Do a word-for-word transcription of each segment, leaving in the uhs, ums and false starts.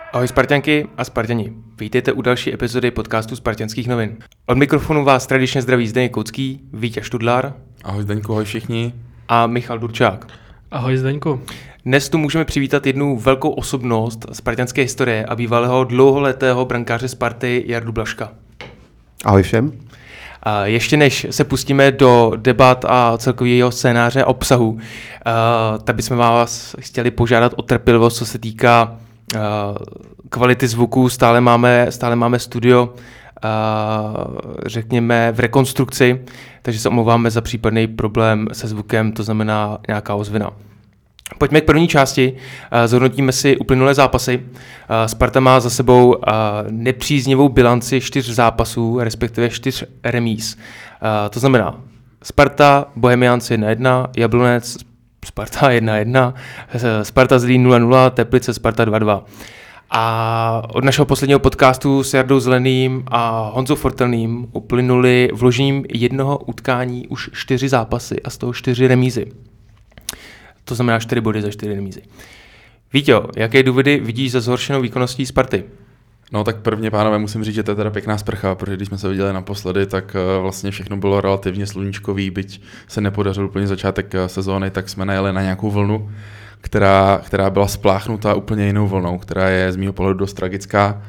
Ahoj Spartanky a Spartani, vítejte u další epizody podcastu Spartanských novin. Od mikrofonu vás tradičně zdraví Zdeněk Koucký, Víťa Študlár. Ahoj Zdeňku, ahoj všichni. A Michal Durčák. Ahoj Zdeňku. Dnes tu můžeme přivítat jednu velkou osobnost spartanské historie a bývalého dlouholetého brankáře Sparty Jardu Blažka. Ahoj všem. A ještě než se pustíme do debat a celkového scénáře a obsahu, uh, tak bychom vás chtěli požádat o trpělivost, co se týká uh, kvality zvuku. Stále máme, stále máme studio, uh, řekněme, v rekonstrukci, takže se omlouváme za případný problém se zvukem, to znamená nějaká ozvina. Pojďme k první části, zhodnotíme si uplynulé zápasy. Sparta má za sebou nepříznivou bilanci čtyř zápasů, respektive čtyř remíz. To znamená Sparta, Bohemians jedna jedna, Jablonec, Sparta jedna jedna, Sparta Zlín nula nula, Teplice, Sparta dva dva. A od našeho posledního podcastu s Jardou Zeleným a Honzou Fortelným uplynuli vložením jednoho utkání už čtyři zápasy a z toho čtyři remízy. To znamená čtyři body za čtyři remízy. Víťo, jaké důvody vidíš za zhoršenou výkonností Sparty? No tak prvně, pánové, musím říct, že to je teda pěkná sprcha, protože když jsme se viděli naposledy, tak vlastně všechno bylo relativně sluníčkový, byť se nepodařil úplně začátek sezóny, tak jsme najeli na nějakou vlnu, která, která byla spláchnutá úplně jinou vlnou, která je z mýho pohledu dost tragická.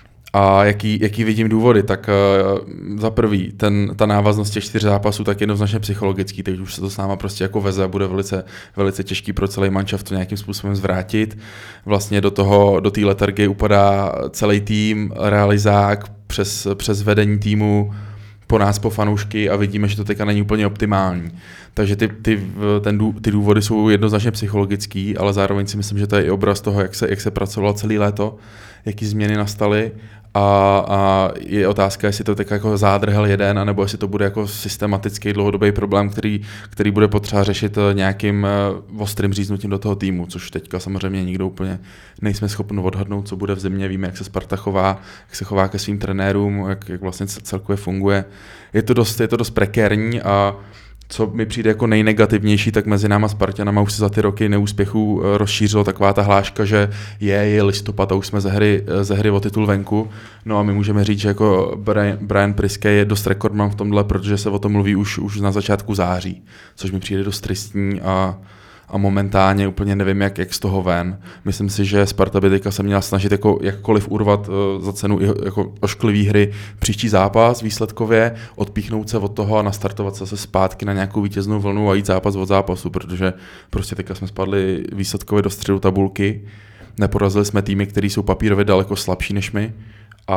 A jaký, jaký vidím důvody, tak uh, za prvý, ten, ta návaznost těch čtyř zápasů tak jednoznačně psychologický, teď už se to s náma prostě jako veze a bude velice, velice těžký pro celý manšaft to nějakým způsobem zvrátit. Vlastně do toho, do té letargie upadá celý tým, realizák přes, přes vedení týmu, po nás, po fanoušky a vidíme, že to teďka není úplně optimální. Takže ty, ty, ten, ty důvody jsou jednoznačně psychologický, ale zároveň si myslím, že to je i obraz toho, jak se, jak se pracovalo celé léto, jaký změny nastaly a, a je otázka, jestli to teď jako zádrhel jeden, anebo jestli to bude jako systematický dlouhodobý problém, který, který bude potřeba řešit nějakým ostrým říznutím do toho týmu, což teďka samozřejmě nikdo úplně nejsme schopni odhadnout, co bude v zimě. Víme, jak se Sparta chová, jak se chová ke svým trenérům, jak, jak vlastně celkově funguje. Je to dost, je to dost prekérní a co mi přijde jako nejnegativnější, tak mezi náma Spartanama už se za ty roky neúspěchů rozšířilo taková ta hláška, že je, je listopad a už jsme ze hry, ze hry o titul venku. No a my můžeme říct, že jako Brian, Brian Priske je dost rekordman v tomhle, protože se o tom mluví už, už na začátku září, což mi přijde dost tristní a a momentálně úplně nevím, jak, jak z toho ven. Myslím si, že Sparta by teďka se měla snažit jako jakkoliv urvat uh, za cenu jako ošklivý hry příští zápas výsledkově, odpíchnout se od toho a nastartovat se zase zpátky na nějakou vítěznou vlnu a jít zápas od zápasu, protože prostě teďka jsme spadli výsledkově do středu tabulky, neporazili jsme týmy, které jsou papírově daleko slabší než my a,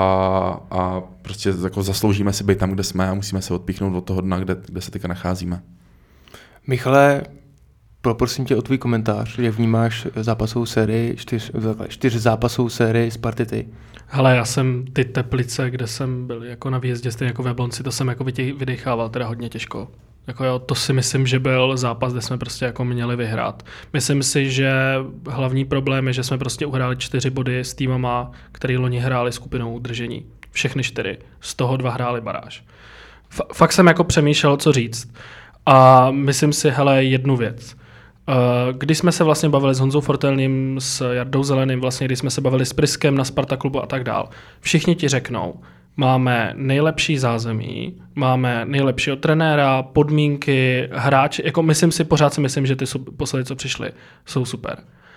a prostě jako zasloužíme si být tam, kde jsme a musíme se odpíchnout od toho dna, kde, kde se teďka nacházíme. Michale, poprosím tě o tvůj komentář, jak vnímáš zápasovou sérii, čtyř, čtyř zápasovou sérii Sparty ty? Hele, já jsem ty Teplice, kde jsem byl jako na výjezdě, stejně jako v Jablonci, to jsem jako vydechával teda hodně těžko. Jako jo, to si myslím, že byl zápas, kde jsme prostě jako měli vyhrát. Myslím si, že hlavní problém je, že jsme prostě uhráli čtyři body s týmama, který loni hráli skupinou udržení. Všechny čtyři. Z toho dva hráli baráž. F- fakt jsem jako přemýšlel, co říct. A myslím si, hele, jednu věc. Když jsme se vlastně bavili s Honzou Fortelným, s Jardou Zeleným, vlastně když jsme se bavili s Priskem na Sparta klubu a tak dál, všichni ti řeknou, máme nejlepší zázemí, máme nejlepšího trenéra, podmínky, hráči, jako myslím si, pořád si myslím, že ty poslední, co přišli, jsou super.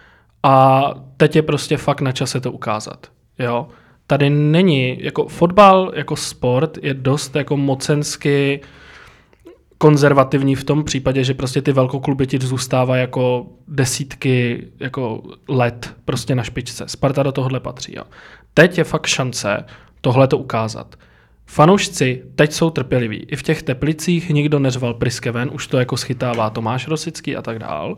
A teď je prostě fakt na čase to ukázat, jo. Tady není, jako fotbal, jako sport je dost jako mocensky konzervativní v tom případě, že prostě ty velkokluby ti zůstávají jako desítky jako let prostě na špičce. Sparta do tohohle patří. Jo. Teď je fakt šance tohle to ukázat. Fanoušci teď jsou trpěliví. I v těch Teplicích nikdo neřval Priske ven, už to jako schytává Tomáš Rosický a tak dál.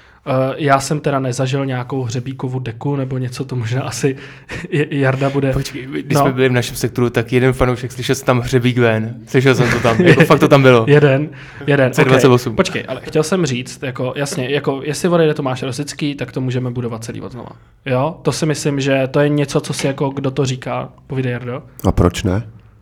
Já jsem teda nezažil nějakou hřebíkovou deku nebo něco, to možná asi Jarda bude... Počkej, když no. jsme byli v našem sektoru, tak jeden fanoušek slyšel jsem tam hřebík ven. Slyšel jsem to tam, jako fakt to tam bylo. jeden, jeden, C dvacet osm. Okay. Počkej, ale chtěl jsem říct, jako jasně, jako jestli odejde Tomáš Rosický, tak to můžeme budovat celý od znova. Jo, to si myslím, že to je něco, co si jako kdo to říká, povídej Jardo. A proč ne?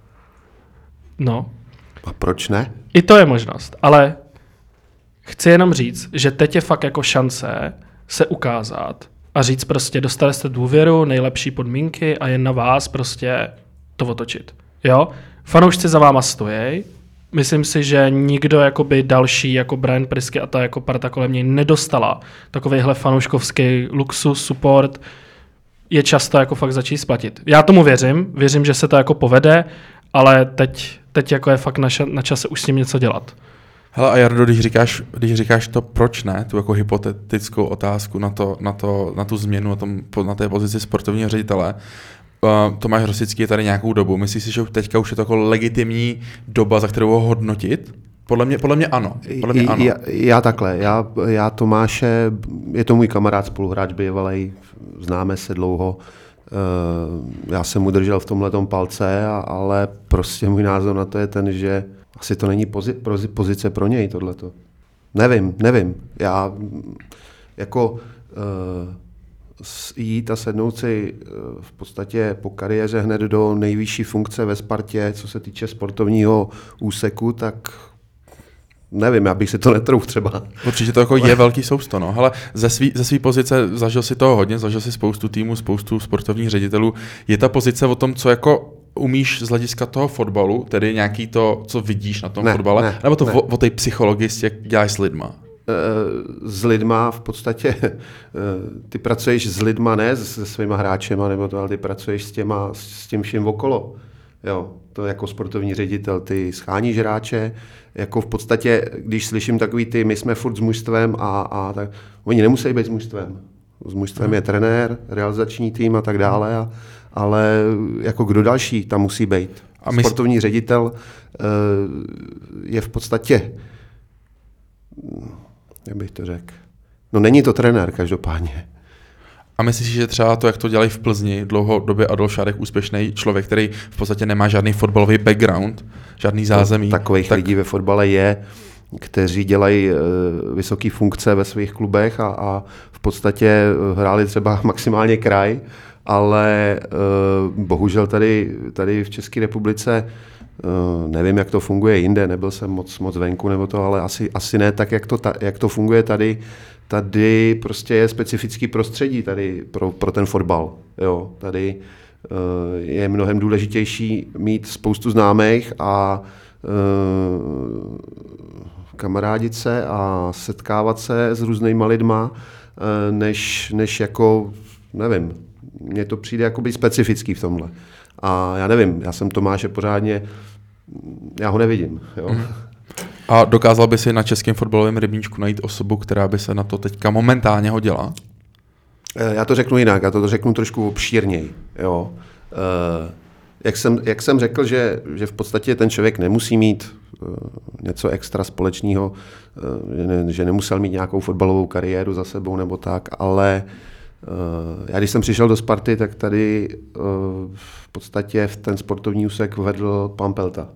No. A proč ne? I to je možnost, ale chci jenom říct, že teď je fakt jako šance se ukázat a říct prostě, dostali jste důvěru, nejlepší podmínky a jen na vás prostě to otočit. Jo? Fanoušci za váma stojí. Myslím si, že nikdo jakoby další, jako Brian Prisky a ta jako parta kolem něj nedostala takovejhle fanouškovský luxus, support. Je často jako fakt začít splatit. Já tomu věřím, věřím, že se to jako povede, ale teď, teď jako je fakt na, ša- na čase už s tím něco dělat. Hele a Jardo, když říkáš, když říkáš to proč ne, tu jako hypotetickou otázku na, to, na, to, na tu změnu na, tom, na té pozici sportovního ředitele, uh, Tomáš Rosický je tady nějakou dobu. Myslíš si, že teďka už je to jako legitimní doba, za kterou ho hodnotit? Podle mě, podle mě ano. Podle mě ano. Já, já takhle, já, já Tomáše, je to můj kamarád, spoluhráč bývalej, známe se dlouho, uh, já jsem mu držel v tomhletom palce, a, ale prostě můj názor na to je ten, že asi to není pozi, pozi, pozice pro něj tohleto. Nevím, nevím. Já jako uh, jít a sednout si uh, v podstatě po kariéře hned do nejvyšší funkce ve Spartě, co se týče sportovního úseku, tak nevím, já bych si to netrouf třeba. Určitě to jako je velký sousto. No. Hele, ze své ze svý pozice zažil si toho hodně, zažil si spoustu týmů, spoustu sportovních ředitelů. Je ta pozice o tom, co jako umíš z hlediska toho fotbalu, tedy nějaký to, co vidíš na tom ne, fotbale, ne, nebo to ne. o, o té psychologii, jak děláš s lidma? S lidma v podstatě, ty pracuješ s lidma, ne se svýma hráčema, nebo to, ale ty pracuješ s, těma, s tím vším okolo. Jo, to jako sportovní ředitel, ty scháníš hráče, jako v podstatě, když slyším takový ty, my jsme furt s mužstvem a, a tak, oni nemusí být s mužstvem. S mužstvem hmm. je trenér, realizační tým a tak dále, a, ale jako kdo další tam musí být. A my... Sportovní ředitel uh, je v podstatě, jak bych to řekl, no není to trenér každopádně. A myslíš, že třeba to, jak to dělají v Plzni, dlouhodobě Adolf Šádek, úspěšný člověk, který v podstatě nemá žádný fotbalový background, žádný zázemí. No, takových tak... lidí ve fotbale je, kteří dělají uh, vysoké funkce ve svých klubech a, a v podstatě hráli třeba maximálně kraj, ale uh, bohužel tady, tady v České republice uh, nevím, jak to funguje jinde, nebyl jsem moc, moc venku nebo to, ale asi, asi ne tak, jak to, ta, jak to funguje tady. Tady prostě je specifický prostředí tady pro, pro ten fotbal. Jo, tady uh, je mnohem důležitější mít spoustu známých a uh, kamarádit se a setkávat se s různýma lidma, uh, než, než jako, nevím, mně to přijde jako být specifický v tomhle. A já nevím, já jsem Tomáše pořádně, já ho nevidím. Jo. Mm. A dokázal by si na českém fotbalovém rybníčku najít osobu, která by se na to teďka momentálně hodila? Já to řeknu jinak, já to řeknu trošku obšírněji. Jo. Jak jsem, jak jsem řekl, že, že v podstatě ten člověk nemusí mít něco extra společného, že nemusel mít nějakou fotbalovou kariéru za sebou nebo tak, ale já když jsem přišel do Sparty, tak tady v podstatě v ten sportovní úsek vedl pan Pelta.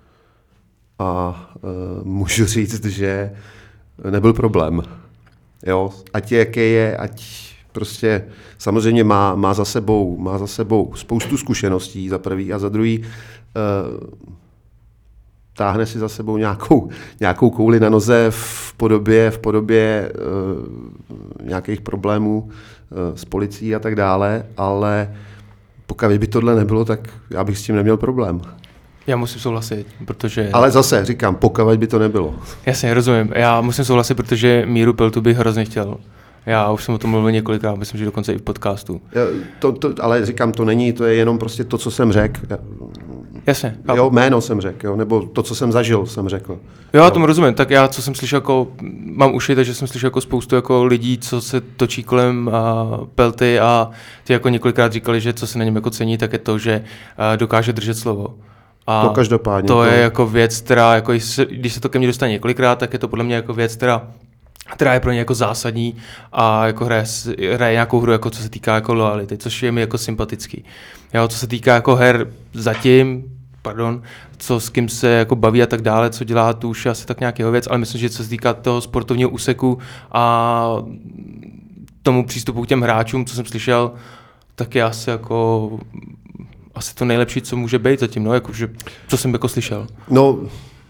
A uh, můžu říct, že nebyl problém. Jo, ať je, jaký je, ať prostě samozřejmě má, má, za sebou, má za sebou spoustu zkušeností za prvý a za druhý uh, táhne si za sebou nějakou, nějakou kouli na noze v podobě, v podobě uh, nějakých problémů uh, s policií a tak dále, ale pokud by tohle nebylo, tak já bych s tím neměl problém. Já musím souhlasit, protože... Ale zase říkám, pokud by to nebylo. Jasně, rozumím. Já musím souhlasit, protože Míru Peltu bych hrozně chtěl. Já už jsem o tom mluvil několikrát, myslím, že dokonce i v podcastu. To, to, ale říkám, to není, to je jenom prostě to, co jsem řekl. Jasně. Jo, jméno jsem řekl, jo, nebo to, co jsem zažil, jsem řekl. Jo, já tomu rozumím. Tak já, co jsem slyšel, jako, mám uši, takže jsem slyšel jako spoustu jako lidí, co se točí kolem uh, Pelty a ty jako několikrát říkali, že co se na něm jako cení, tak je to, že uh, dokáže držet slovo. A to každopádně. To je jako věc, která, jako, když se to ke mně dostane několikrát, tak je to podle mě jako věc, která, která je pro ně jako zásadní a jako hraje, hraje nějakou hru, jako co se týká jako lojality, což je mi jako sympatický. Jo, co se týká jako her zatím, pardon, co s kým se jako baví a tak dále, co dělá, to už je asi tak nějakého věc, ale myslím, že co se týká toho sportovního úseku a tomu přístupu k těm hráčům, co jsem slyšel, tak je asi jako... asi to nejlepší, co může být zatím, no, jakože, co jsem jako slyšel. No,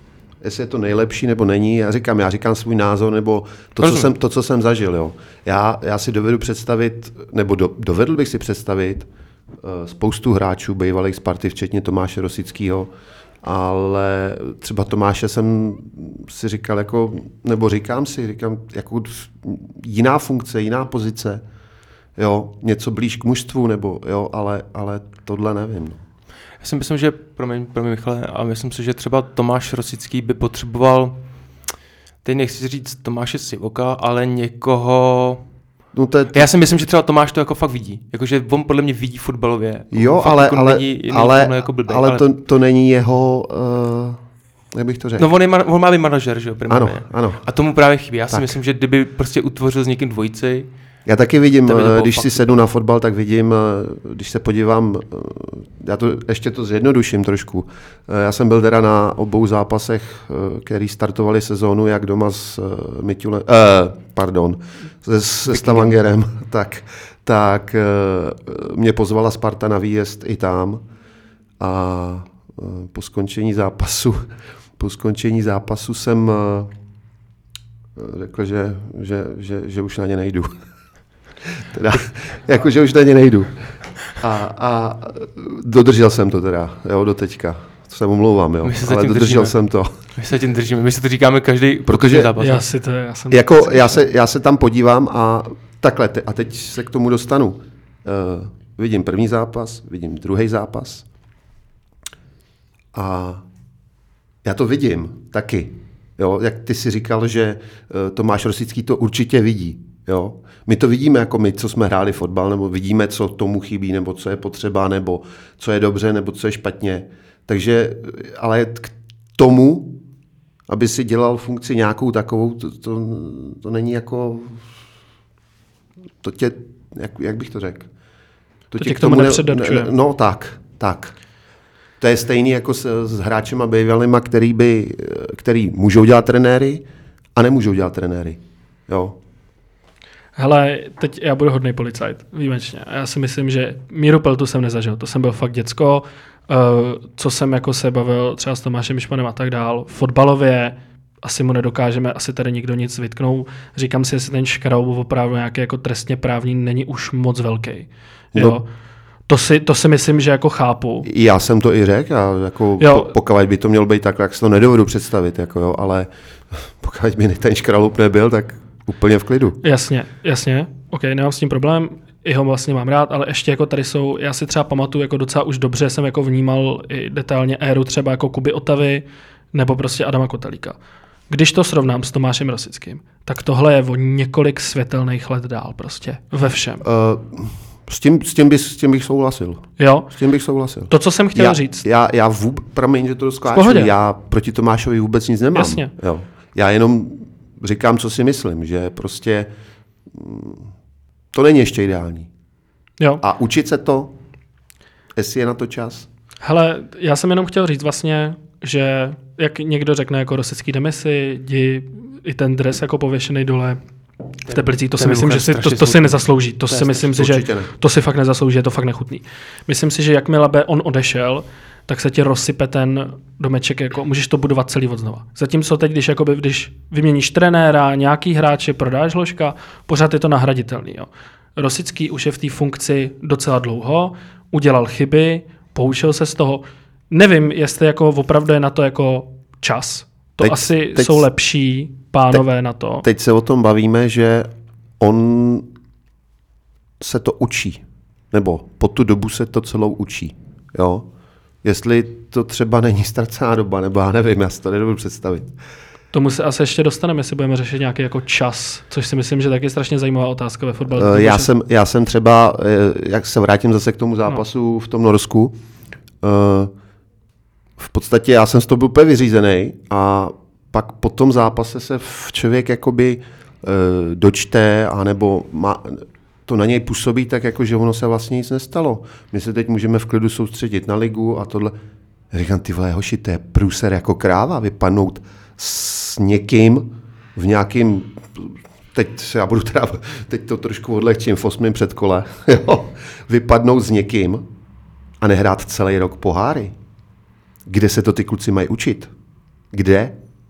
jestli je to nejlepší nebo není. Já říkám, já říkám svůj názor, nebo to, co jsem, to, co jsem zažil. Jo. Já, já si dovedu představit, nebo do, dovedl bych si představit uh, spoustu hráčů bývalých Sparty, včetně Tomáše Rosického, ale třeba Tomáše jsem si říkal, jako, nebo říkám si, říkám, jako jiná funkce, jiná pozice, jo, něco blíž k mužstvu, nebo, jo, ale, ale tohle nevím. No. Já si myslím, že, promiň, promiň Michale, a myslím si, že třeba Tomáš Rosický by potřeboval, teď nechci říct Tomáše Sivoka, ale někoho... No to je... Já si myslím, že třeba Tomáš to jako fakt vidí. Jakože on podle mě vidí fotbalově. Jo, fakt ale, jako ale, není, není ale, jako blbej, ale, ale to, to není jeho... Uh, jak bych to řekl? No on, je, on má být manažer, že jo? Ano, ano. A tomu právě chybí. Já si tak. myslím, že kdyby prostě utvořil s někým dvojici... Já taky vidím, když fakt. si sednu na fotbal, tak vidím, když se podívám, já to ještě to zjednoduším trošku. Já jsem byl teda na obou zápasech, který startovali sezónu, jak doma s Mitulem, eh, pardon, se, se Stavangerem, tak, tak mě pozvala Sparta na výjezd i tam a po skončení zápasu, po skončení zápasu jsem řekl, že, že, že, že už na ně nejdu. Teda, jakože už na ně nejdu. A, a dodržel jsem to teda, jo, do teďka. To se omlouvám, jo, ale dodržel držíme. jsem to. My se tím držíme, my se to říkáme každý Protože zápas. Já si to, já jsem... Jako, já, se, já se tam podívám a takhle, te, a teď se k tomu dostanu. Uh, vidím první zápas, vidím druhý zápas a já to vidím taky. Jo, jak ty si říkal, že uh, Tomáš Rosický to určitě vidí. Jo? My to vidíme jako my, co jsme hráli fotbal, nebo vidíme, co tomu chybí, nebo co je potřeba, nebo co je dobře, nebo co je špatně. Takže, ale k tomu, aby si dělal funkci nějakou takovou, to, to, to není jako, to tě, jak, jak bych to řekl? To, to tě k tomu, tomu nepředurčuje. Ne, no tak, tak. To je stejný jako s, s hráčema bývalýma, který, by, který můžou dělat trenéry a nemůžou dělat trenéry. Jo. Hele, teď já budu hodnej policajt, výjimečně. Já si myslím, že Míru Peltu jsem nezažil, to jsem byl fakt děcko, uh, co jsem jako se bavil třeba s Tomášem Španem a tak dál. Fotbalově asi mu nedokážeme, asi tady nikdo nic vytknout. Říkám si, jestli ten Škraub opravdu nějaký jako trestně právní není už moc velký. Jo. No. To si, to si myslím, že jako chápu. Já jsem to i řekl, a jako po, pokud by to mělo být tak, jak si to nedovedu představit, jako jo, ale pokud by ten Škraloup nebyl, tak úplně v klidu. Jasně, jasně, ok, nemám s tím problém, i ho vlastně mám rád, ale ještě jako tady jsou, já si třeba pamatuju jako docela už dobře, jsem jako vnímal i detailně éru třeba jako Kuby Otavy, nebo prostě Adama Kotelíka. Když to srovnám s Tomášem Rosickým, tak tohle je o několik světelných let dál prostě, ve všem. Uh, s, tím, s, tím bych, s tím bych souhlasil. Jo? S tím bych souhlasil. To, co jsem chtěl já, říct. Já, já vůb, promiň, že to skáču, já proti Tomášovi vůbec nic nemám. Jasně. Jo. Já jenom říkám, co si myslím, že prostě to není ještě ideální. Jo. A učit se to, jestli je na to čas. Hele, já jsem jenom chtěl říct vlastně, že jak někdo řekne jako Rosický demisi, jdi i ten dres jako pověšený dole v Teplicích, to si myslím, že si, to, to si nezaslouží. To, to si myslím si, že to si fakt nezaslouží, je to fakt nechutný. Myslím si, že jakmile by on odešel, tak se ti rozsype ten domeček, jako můžeš to budovat celý od znova. Zatímco teď, když, jakoby, když vyměníš trenéra, nějaký hráče, prodáš Hložka, pořád je to nahraditelný. Jo. Rosický už je v té funkci docela dlouho, udělal chyby, poučil se z toho. Nevím, jestli jako opravdu je na to jako čas. To teď, asi teď, jsou lepší pánové teď, na to. Teď se o tom bavíme, že on se to učí. Nebo po tu dobu se to celou učí. Jo? Jestli to třeba není ztracená doba, nebo já nevím, já si to nedovedu představit. Tomu se asi ještě dostaneme, jestli budeme řešit nějaký jako čas, což si myslím, že taky je strašně zajímavá otázka ve fotbale. Uh, já, jsem, já jsem třeba, jak se vrátím zase k tomu zápasu no. v tom Norsku, uh, v podstatě já jsem z toho byl úplně vyřízený a pak po tom zápase se člověk jakoby uh, dočte, anebo má, to na něj působí tak, jako, že ono se vlastně nic nestalo. My se teď můžeme v klidu soustředit na ligu a tohle. Říkám, ty vole, hoši, to je průser jako kráva, vypadnout s někým v nějakým, teď já budu teda, teď to trošku odlehčím, v osmém předkole, jo, vypadnout s někým a nehrát celý rok poháry. Kde se to ty kluci mají učit? Kde?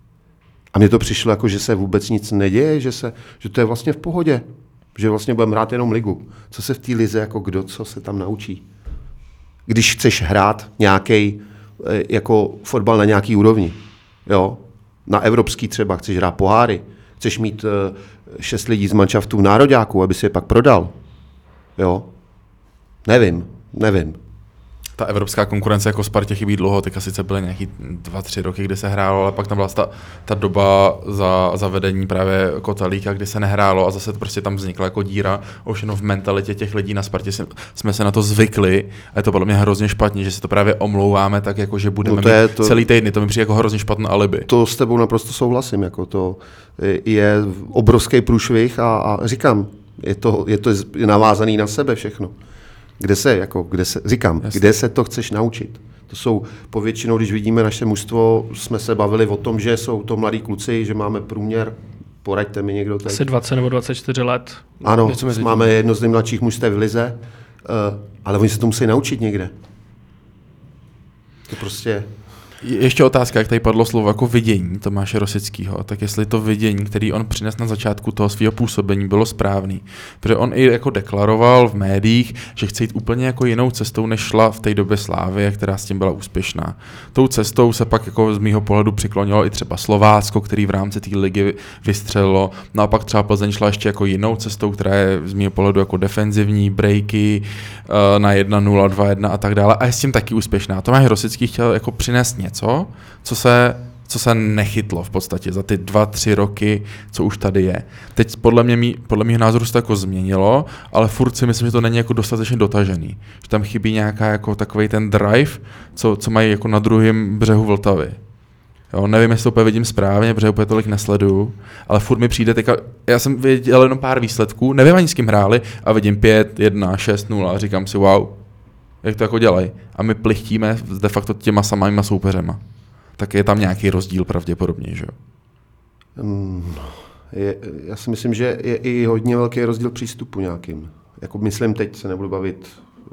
A mně to přišlo jako, že se vůbec nic neděje, že, se, že to je vlastně v pohodě. Že vlastně budeme hrát jenom ligu. Co se v té lize, jako kdo, co se tam naučí? Když chceš hrát nějaký jako fotbal na nějaký úrovni, jo? Na evropský třeba, chceš hrát poháry, chceš mít uh, šest lidí z manšaftu v nároďáku, aby si je pak prodal. Jo? Nevím, nevím. Ta evropská konkurence jako Spartě chybí dlouho, teďka sice byly nějaký dva, tři roky, kdy se hrálo, ale pak tam byla ta, ta doba za zavedení právě Kotalíka, kdy se nehrálo a zase prostě tam vznikla jako díra. Už jenom v mentalitě těch lidí na Spartě jsme se na to zvykli a je to podle mě hrozně špatně, že si to právě omlouváme tak, jako že budeme no to mít to, celý týdny. To mi přijde jako hrozně špatné alibi. To s tebou naprosto souhlasím, jako to je obrovský průšvih a, a říkám, je to, je to navázaný na sebe všechno. Kde se, jako, kde se, říkám, Jasně. kde se to chceš naučit? To jsou povětšinou, když vidíme naše mužstvo, jsme se bavili o tom, že jsou to mladí kluci, že máme průměr, poraďte mi někdo teď. Asi dvacet nebo dvacet čtyři let. Ano, máme jedno z nejmladších mužstev v lize, uh, ale oni se to musí naučit někde. To prostě... Ještě otázka, jak tady padlo slovo jako vidění Tomáše Rosického, tak jestli to vidění, který on přines na začátku toho svého působení, bylo správný. Protože on i jako deklaroval v médiích, že chce jít úplně jako jinou cestou, než šla v té době Slávie, která s tím byla úspěšná. Tou cestou se pak jako z mýho pohledu přiklonilo i třeba Slovácko, který v rámci té ligy vystřelilo. No a pak třeba Plzeň šla ještě jako jinou cestou, která je z mýho pohledu jako defenzivní, breaky na jedna nula, dva jedna a tak dále. A je s tím taky úspěšná. Tomáš Rosický chtěl jako přinést něco, co se, co se nechytlo v podstatě za ty dva, tři roky, co už tady je. Teď podle mě, podle mého názoru se to jako změnilo, ale furt si myslím, že to není jako dostatečně dotažený. Že tam chybí nějaká jako takovej ten drive, co, co mají jako na druhém břehu Vltavy. Jo, nevím, jestli to úplně vidím správně, protože úplně tolik nesleduju, ale furt mi přijde teďka, já jsem viděl jenom pár výsledků, nevím ani s kým hráli a vidím pět, jedna, šest, nula a říkám si wow, jak to jako dělají. A my plichtíme de facto těma samýma soupeřema. Tak je tam nějaký rozdíl pravděpodobně, že jo? Um, je, já si myslím, že je i hodně velký rozdíl přístupu nějakým. Jako myslím, teď se nebudu bavit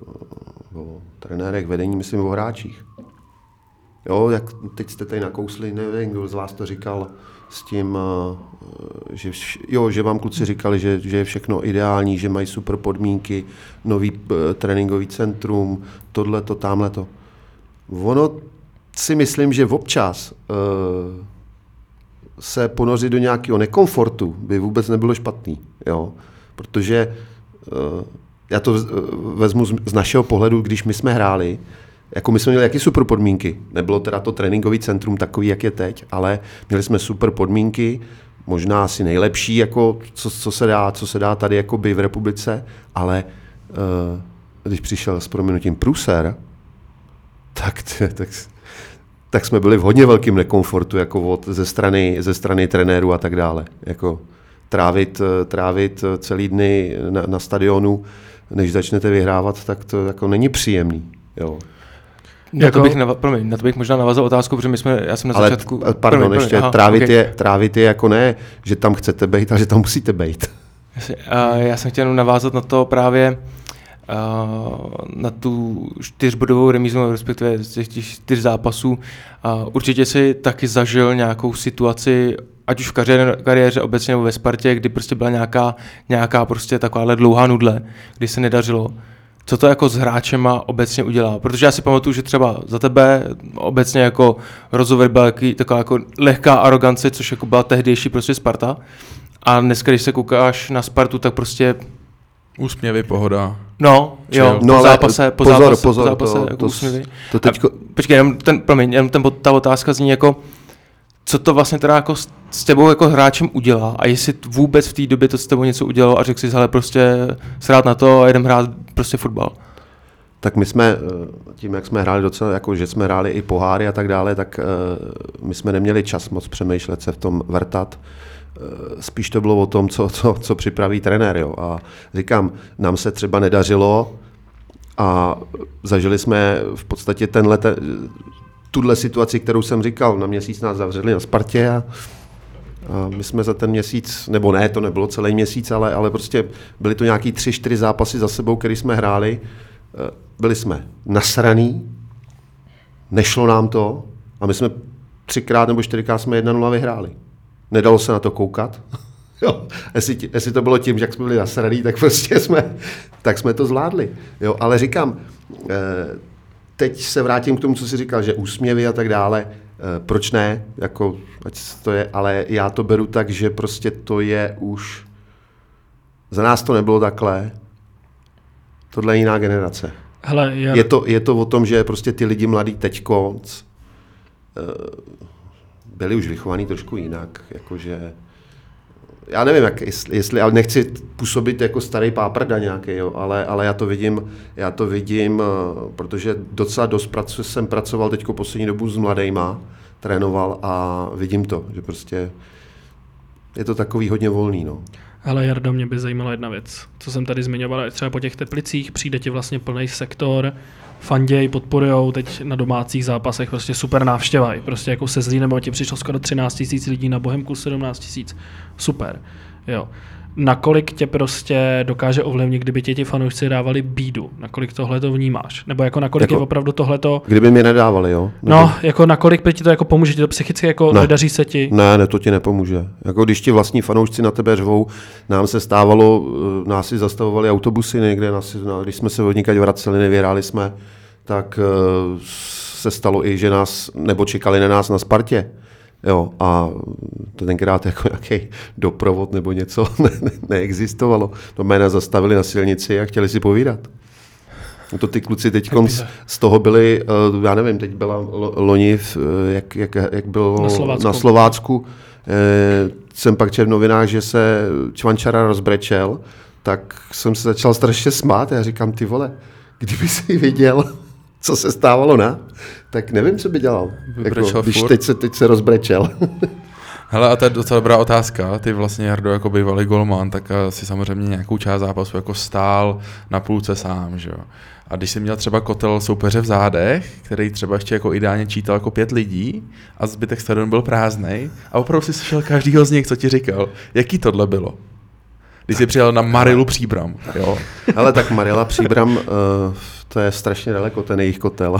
o trenérech, vedení, myslím o hráčích. Jo, jak teď jste tady nakousli, nevím, kdo z vás to říkal s tím, že, jo, že vám kluci říkali, že, že je všechno ideální, že mají super podmínky, nový uh, tréninkový centrum, tohleto, támhleto. Ono si myslím, že občas uh, se ponořit do nějakého nekomfortu by vůbec nebylo špatný, jo, protože uh, já to vezmu z, z našeho pohledu, když my jsme hráli, jako my jsme měli jaký super podmínky. Nebylo teda to tréninkový centrum takový, jak je teď, ale měli jsme super podmínky, možná asi nejlepší, jako co, co se dá, co se dá tady jakoby v republice, ale uh, když přišel s prominutím průser, tak, tak, tak jsme byli v hodně velkým nekomfortu jako od, ze, strany, ze strany trenérů a tak dále. Jako trávit, trávit celý dny na, na stadionu, než začnete vyhrávat, tak to jako není příjemný. Jo. Na, jako, to bych nava, promiň, na to bych možná navázal otázku, protože my jsme, já jsem na ale, začátku... Pardon, promiň, ještě promiň, aha, trávit, okay. je, trávit je jako ne, že tam chcete bejt, ale že tam musíte bejt. Já, já jsem chtěl navázat na to právě uh, na tu čtyřbodovou remízu, respektive z těch čtyř zápasů. Uh, určitě si taky zažil nějakou situaci, ať už v kariéře, kariéře obecně nebo ve Spartě, kdy prostě byla nějaká, nějaká prostě takováhle dlouhá nudle, kdy se nedařilo. Co to jako s hráčema obecně udělá? Protože já si pamatuju, že třeba za tebe obecně jako rozhovor byla taková jako lehká arogance, což jako byla tehdejší prostě Sparta. A dneska, když se koukáš na Spartu, tak prostě... Úsměvy, pohoda. No, jo, no, po zápase, po pozor, zápase, pozor, po zápase to, jako to, úsměvy. To teďko... A, počkej, jenom, ten, promiň, jenom ten, ta otázka zní jako, co to vlastně teda jako s, s tebou jako hráčem udělá a jestli vůbec v té době to s tebou něco udělalo a řekl si, hele, prostě srát na to a jdem hrát prostě fotbal. Tak my jsme, tím jak jsme hráli docela, jako že jsme hráli i poháry a tak dále, tak my jsme neměli čas moc přemýšlet se v tom vrtat. Spíš to bylo o tom, co, co, co připraví trenér. Jo. A říkám, nám se třeba nedařilo a zažili jsme v podstatě tenhle, tuhle situaci, kterou jsem říkal, na měsíc nás zavřeli na Spartě a, a my jsme za ten měsíc, nebo ne, to nebylo celý měsíc, ale, ale prostě byly to nějaký tři, čtyři zápasy za sebou, který jsme hráli. Byli jsme nasraný, nešlo nám to a my jsme třikrát nebo čtyřikrát jsme jedna nula vyhráli. nedalo se na to koukat. Jo, jestli, jestli to bylo tím, že jak jsme byli nasraný, tak prostě jsme, tak jsme to zvládli. Jo, ale říkám, teď se vrátím k tomu, co jsi říkal, že úsměvy a tak dále, proč ne, jako, ať to je, ale já to beru tak, že prostě to je už, za nás to nebylo takhle, tohle je jiná generace. Hele, já... je, to, je to o tom, že prostě ty lidi mladí teďko byli už vychovaní trošku jinak, jakože já nevím, jak, jestli, jestli, ale nechci působit jako starý páprda nějaký, jo, ale, ale já to vidím, já to vidím, protože docela dost pracu, jsem pracoval teďko poslední dobu s mladejma, trénoval a vidím to, že prostě je to takový hodně volný, no. Ale Jardo, mě by zajímala jedna věc, co jsem tady zmiňoval, třeba po těch Teplicích přijde ti vlastně plný sektor, fanděj, podporujou teď na domácích zápasech, prostě super návštěva, prostě jako se Zlínem, nebo ti přišlo skoro třináct tisíc lidí, na Bohemku sedmnáct tisíc, super, jo. Nakolik tě prostě dokáže ovlivnit, kdyby tě ti fanoušci dávali bídu, nakolik tohle to vnímáš, nebo jako nakolik jako, je opravdu tohleto... Kdyby mě nedávali, jo? Nebo... No, jako nakolik by ti to jako pomůže, ti to psychicky jako ne. Nedaří se ti? Ne, ne, to ti nepomůže. Jako když ti vlastní fanoušci na tebe řvou, nám se stávalo, nás si zastavovali autobusy někde, nás, když jsme se od nikať vraceli, nevyhráli jsme, tak uh, se stalo i, že nás, nebo čekali na nás na Spartě. Jo, a to tenkrát jako nějaký doprovod nebo něco ne, ne, neexistovalo. To jména zastavili na silnici a chtěli si povídat. To ty kluci teď z, z toho byli, uh, já nevím, teď byla lo, loni, jak, jak, jak bylo na Slovácku, na Slovácku eh, jsem pak četl v novinách, že se Čvančara rozbrečel, tak jsem se začal strašně smát a já říkám, ty vole, kdyby jsi viděl, co se stávalo, ne? Tak nevím, co by dělal. Jako, když teď se, teď se rozbrečel. Hele, a to je docela dobrá otázka. Ty vlastně, Jardo, jako bývalý golman, tak si samozřejmě nějakou část zápasu jako stál na půlce sám, že jo. A když jsi měl třeba kotel soupeře v zádech, který třeba ještě jako ideálně čítal jako pět lidí a zbytek stadionu byl prázdnej a opravdu si slyšel každýho z nich, co ti říkal. Jaký tohle bylo? Když jsi přijel na Marilu Příbram, jo? Hele, tak Marila Příbram, uh, to je strašně daleko, ten jejich kotel.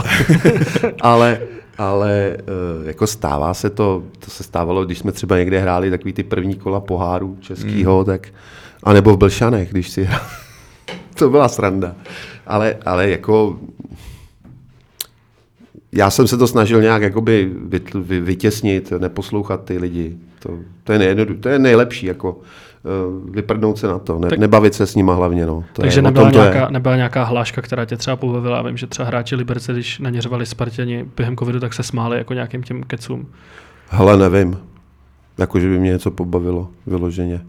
ale ale uh, jako stává se to, to se stávalo, když jsme třeba někde hráli takový ty první kola poháru českýho, mm. tak, anebo v Blšanech, když si hrál. To byla sranda. Ale, ale jako já jsem se to snažil nějak jakoby vytěsnit, neposlouchat ty lidi. To, to, je, nejjednodu, to je nejlepší, jako uh, vyprdnout se na to, ne, tak, nebavit se s nima hlavně. No. To takže je, nebyla, to nějaká, je. nebyla nějaká hláška, která tě třeba pobavila. Já vím, že třeba hráči Liberce, když na ně řvali Spartěni během covidu, tak se smáli jako nějakým těm kecům. Hele, nevím. Jako, že by mě něco pobavilo vyloženě.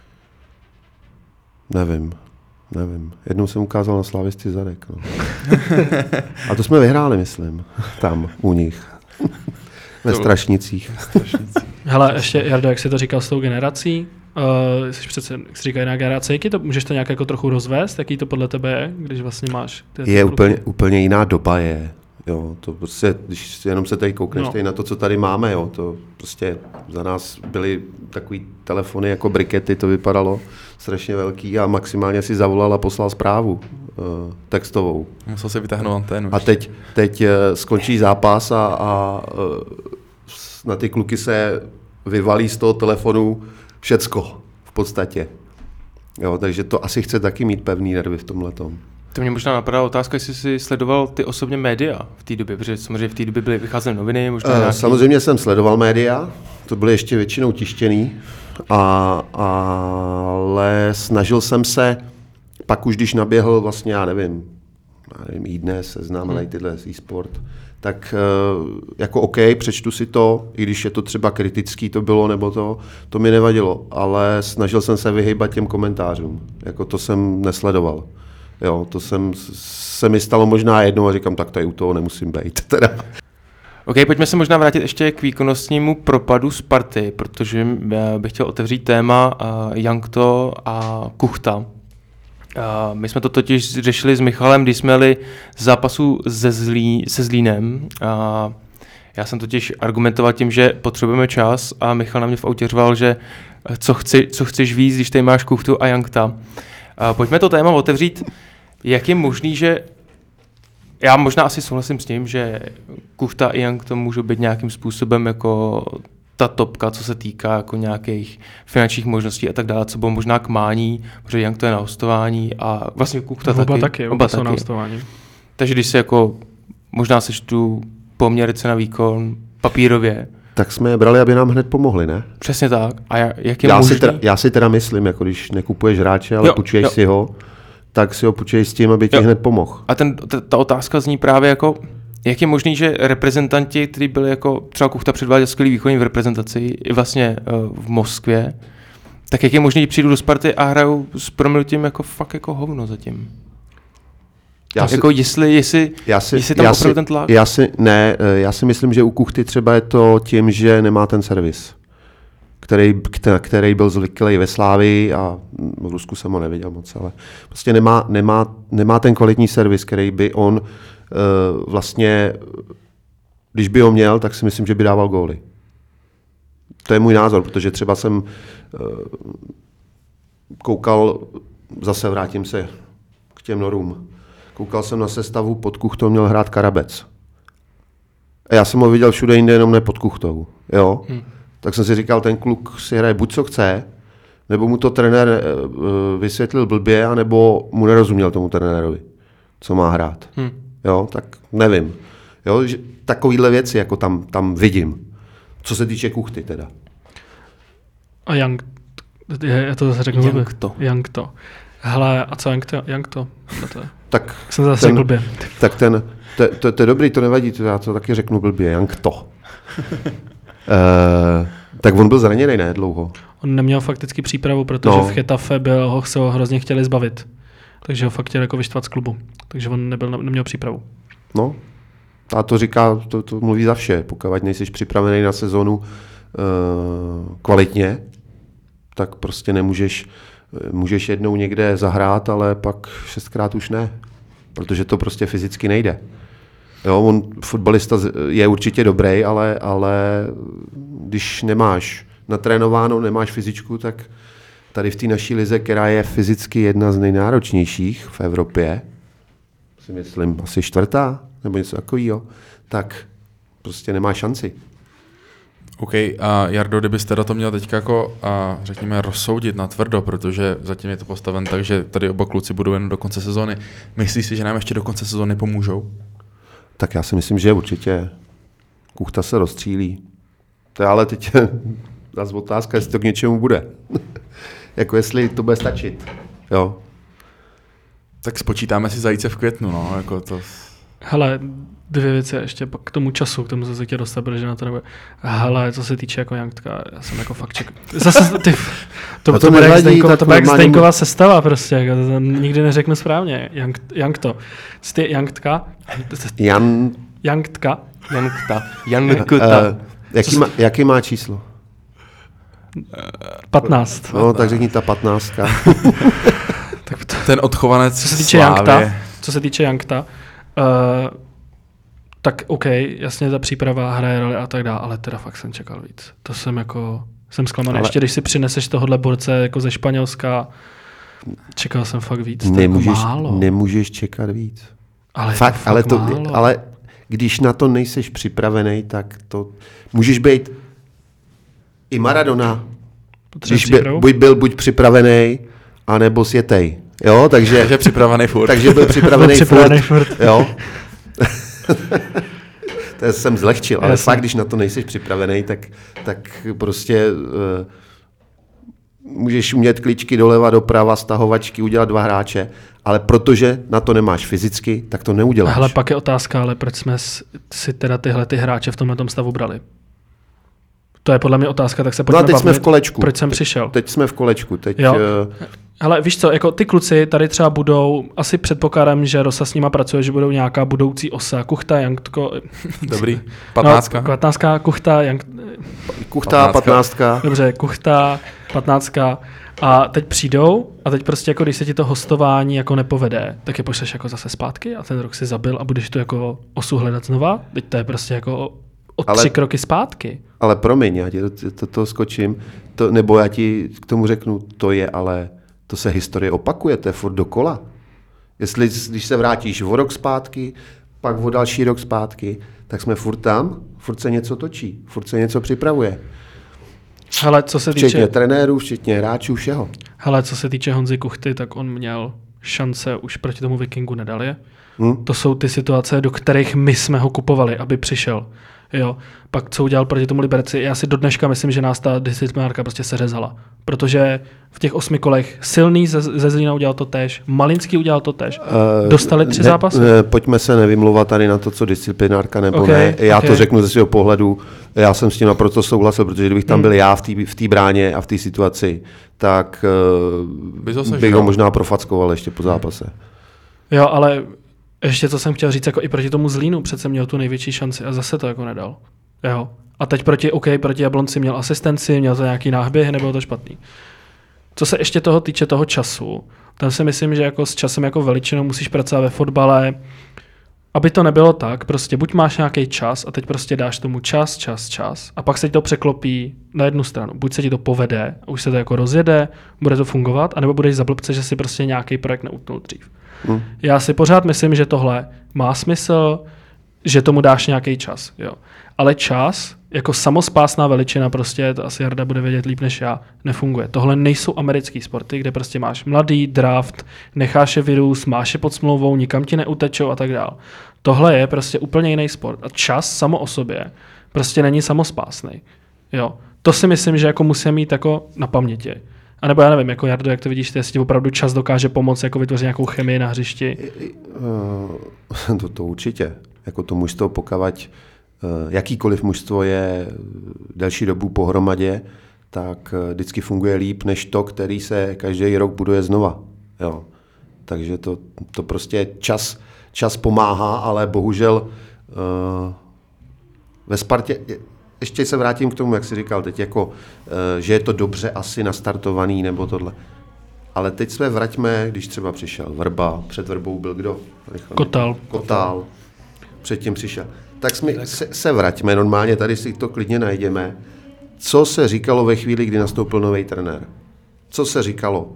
Nevím. Nevím. Jednou jsem ukázal na Slávisty zadek. No. A to jsme vyhráli, myslím. Tam, u nich. Ve Strašnicích. Hele, ještě, Jardo, jak jsi to říkal s tou generací, uh, jsi přece, jak jsi říkal, jiná generace, jaký to, můžeš to nějak jako trochu rozvést, jaký to podle tebe je, když vlastně máš... Je úplně, úplně jiná doba je. Jo, to prostě, když jenom se tady koukneš no. tady na to, co tady máme, jo, to prostě za nás byly takový telefony jako brikety, to vypadalo strašně velký a maximálně si zavolal a poslal zprávu uh, textovou. Musel si vytáhnout anténu. A teď, teď uh, skončí zápas a, a uh, na ty kluky se vyvalí z toho telefonu všecko v podstatě. Jo, takže to asi chce taky mít pevný nervy v tomhletom. To mě možná napadá otázka, jestli jsi sledoval ty osobně média v té době, protože samozřejmě v té době byly vycházely noviny. Možná uh, nějaký... Samozřejmě jsem sledoval média, to byly ještě většinou tištěný, a, ale snažil jsem se, pak už když naběhl vlastně, já nevím, já nevím, iDnes, Seznam, hmm. tyhle e-sport, tak uh, jako OK, přečtu si to, i když je to třeba kritický to bylo, nebo to, to mi nevadilo, ale snažil jsem se vyhýbat těm komentářům, jako to jsem nesledoval. Jo, to jsem, se mi stalo možná jednou a říkám, tak tady u toho nemusím být. Teda. OK, pojďme se možná vrátit ještě k výkonnostnímu propadu Sparty, protože bych chtěl otevřít téma uh, Jankto a Kuchta. Uh, my jsme to totiž řešili s Michalem, když jsme jeli z zápasu se, Zlí, se Zlínem. Uh, já jsem totiž argumentoval tím, že potřebujeme čas a Michal na mě v autě řval, že co, chci, co chceš víc, když tady máš Kuchtu a Jankta. Uh, pojďme to téma otevřít. Jak je možný, že já možná asi souhlasím s tím, že Kuchta i Jankto můžou být nějakým způsobem jako ta topka, co se týká jako nějakých finančních možností a tak dále, co bylo možná k mání, protože Young to je na hostování a vlastně Kuchta oba taky. taky, oba jsou na hostování. Takže když se jako možná sečtu poměr cena výkon papírově, tak jsme je brali, aby nám hned pomohli, ne? přesně tak. A jak je já, možný? si teda, já si teda myslím, jako když nekupuješ hráče, ale jo, půjčuješ jo. si ho, tak si ho půjčuješ s tím, aby ti jo. hned pomohl. A ten, ta, ta otázka zní právě jako, jak je možný, že reprezentanti, kteří byli jako třeba Kuchta předváděl skvělý výkon v reprezentaci i vlastně uh, v Moskvě, tak jak je možný, že přijdu do Sparty a hrajou s prominutím jako fakt jako hovno zatím? Já si, jako jestli, jestli, já si, jestli tam já opravdu si, ten tlak? Já si, ne, já si myslím, že u Kuchty třeba je to tím, že nemá ten servis, který, který byl zvyklý ve Slávii a v Rusku jsem ho neviděl moc, ale prostě nemá, nemá, nemá ten kvalitní servis, který by on uh, vlastně, když by ho měl, tak si myslím, že by dával góly. To je můj názor, protože třeba jsem uh, koukal, zase vrátím se k těm norům, koukal jsem na sestavu, pod Kuchtou měl hrát Karabec. A já jsem ho viděl všude jinde, jenom ne pod Kuchtou. Jo? Hmm. Tak jsem si říkal, ten kluk si hraje buď co chce, nebo mu to trenér uh, vysvětlil blbě, anebo mu nerozuměl tomu trenérovi, co má hrát. Hmm. Jo? Tak nevím. Jo? Že takovýhle věci jako tam, tam vidím. Co se týče Kuchty teda. A Young, já to zase řeknu Young blbě. to. Young to. Hele, a co Young to? Young to? to je. Tak jsem zase ten, řekl blbě. Tak ten, to, to, to je dobrý, to nevadí, to já to taky řeknu blbě, Young to. uh, tak on byl zraněný, ne, dlouho. On neměl fakticky přípravu, protože no. v Chetafe byl, ho se ho hrozně chtěli zbavit. Takže ho fakt chtěli jako vyštvat z klubu. Takže on nebyl, neměl přípravu. No, a to říká, to, to mluví za vše. Pokud nejsi připravený na sezonu uh, kvalitně, tak prostě nemůžeš, můžeš jednou někde zahrát, ale pak šestkrát už ne. Protože to prostě fyzicky nejde. Jo, on fotbalista je určitě dobrý, ale, ale když nemáš natrénováno, nemáš fyzičku, tak tady v té naší lize, která je fyzicky jedna z nejnáročnějších v Evropě, si myslím asi čtvrtá, nebo něco takového, tak prostě nemá šanci. OK, a Jardo, kdybyste to měl teď jako, a, řekněme, rozsoudit na tvrdo, protože zatím je to postaven tak, že tady oba kluci budou jen do konce sezóny. Myslíš si, že nám ještě do konce sezóny pomůžou? Tak já si myslím, že určitě Kuchta se rozstřílí. To je ale teď nás otázka, jestli to k něčemu bude. Jako jestli to bude stačit. Jo. Tak spočítáme si zajíce v květnu, no, jako to... Hele, dvě věci ještě k tomu času, k tomu se tě dostat, protože na to nebude. Hele, co se týče jako Youngtka, já jsem jako fakt čekal. Zase ty, to, to, to to bude jak nevadí, Zdeňko, tak to bude jak normální- Zdeňková sestava prostě, jako, to nikdy neřeknu správně. Young, Youngto. Ty Youngtka? Jan, Youngtka? Jankta. Jankta. uh, jaký, má, jaký má číslo? patnáct. No, tak řekni ta patnáctka. Tak to, Ten odchovanec co se týče Slávy. Youngta, co se týče Youngta, uh, tak OK, jasně ta příprava hraje roli a tak dále, ale teda fakt jsem čekal víc. To jsem jako, jsem zklamaný. Ale- Ještě když si přineseš tohohle borce jako ze Španělska, čekal jsem fakt víc. To je Nemůžeš, jako málo. nemůžeš čekat víc. ale je Fakt, to fakt ale, to, málo. ale když na to nejseš připravený, tak to můžeš být i Maradona. Potřebuješ Když by, přípravu? buď byl buď připravený, anebo sjetej. Jo, takže, Takže připravený furt. takže byl připravený, Byl připravený furt. furt. Jo. To jsem zlehčil, ale Jasně. fakt, když na to nejseš připravený, tak, tak prostě uh, můžeš umět kličky doleva, doprava, stahovačky, udělat dva hráče, ale protože na to nemáš fyzicky, tak to neuděláš. Hele, pak je otázka, ale proč jsme s- si teda tyhle ty hráče v tomhle stavu brali? To je podle mě otázka, tak se No pojďme a teď jsme bavit, v kolečku. proč jsem přišel. Teď jsme v kolečku. Teď, Jo. uh, Hele, víš co, jako ty kluci tady třeba budou, asi předpokládám, že Rosa s nima pracuje, že budou nějaká budoucí osa, Kuchta, Janktko, Dobrý. Patnáctka. No, patnáctka, Kuchta, Jank, Kuchta, patnáctka. dobře, Kuchta, patnáctka a teď přijdou a teď prostě jako když se ti to hostování jako nepovede, tak je pošleš jako zase zpátky a ten rok si zabil a budeš tu jako osu hledat znova, teď to je prostě jako o Ale- tři kroky zpátky. Ale promiň, já ti to, to, to skočím, to, nebo já ti k tomu řeknu, to je, ale to se historie opakuje, to je furt dokola. Jestli, když se vrátíš o rok zpátky, pak o další rok zpátky, tak jsme furt tam, furt se něco točí, furt se něco připravuje. Hele, co se Včetně týče, trenérů, včetně hráčů, všeho. hele, co se týče Honzy Kuchty, tak on měl šance už proti tomu Vikingu nedal je. Hm? To jsou ty situace, do kterých my jsme ho kupovali, aby přišel. Jo. Pak co udělal proti tomu Liberci, já si do dneška myslím, že nás ta disciplinárka prostě seřezala. Protože v těch osmi kolech silný ze, ze Zlína udělal to též, Malinský udělal to též. Dostali tři ne, zápasy? Ne, pojďme se nevymlouvat tady na to, co disciplinárka nebo Okay, ne. Já okay. to řeknu ze svého pohledu. Já jsem s tím naprosto souhlasil, protože kdybych tam byl Hmm. já v té v té bráně a v té situaci, tak By uh, zase bych šel. ho možná profackoval ještě po zápase. Jo, ale ještě co jsem chtěl říct, jako i proti tomu Zlínu přece měl tu největší šanci a zase to jako nedal. Jo. A teď proti, OK, proti Jablonci měl asistenci, měl to nějaký náběh, nebylo to špatný. Co se ještě toho týče toho času, tam si myslím, že jako s časem jako veličinou musíš pracovat ve fotbale, aby to nebylo tak, prostě buď máš nějaký čas a teď prostě dáš tomu čas, čas, čas a pak se ti to překlopí na jednu stranu. Buď se ti to povede, už se to jako rozjede, bude to fungovat, anebo budeš za blbce, že si prostě nějaký projekt neutnul dřív. Hm? Já si pořád myslím, že tohle má smysl, že tomu dáš nějaký čas. Jo. Ale čas, jako samospásná veličina, prostě, to asi Jarda bude vědět líp než já, nefunguje. Tohle nejsou americký sporty, kde prostě máš mladý draft, necháš je vyrůst, máš je pod smlouvou, nikam ti neutečou a tak dál. Tohle je prostě úplně jiný sport. A čas samo o sobě prostě není samospásný. Jo. To si myslím, že jako musí mít jako na paměti. A nebo já nevím, jako Jardo, jak to vidíš, ty, jestli opravdu čas dokáže pomoct jako vytvořit nějakou chemii na hřišti. Uh, to, to určitě. Jako to mužstvo pokavať, uh, jakýkoliv mužstvo je delší dobu pohromadě, tak uh, vždycky funguje líp než to, který se každý rok buduje znova. Jo. Takže to, to prostě čas, čas pomáhá, ale bohužel uh, ve Spartě, ještě se vrátím k tomu, jak jsi říkal teď, jako, uh, že je to dobře asi nastartovaný nebo tohle. Ale teď jsme vraťme, když třeba přišel Vrba, před Vrbou byl kdo? Rychle. Kotal. Kotal. Předtím přišel. Tak jsme, se, se vraťme, normálně tady si to klidně najdeme. Co se říkalo ve chvíli, kdy nastoupil nový trenér? Co se říkalo?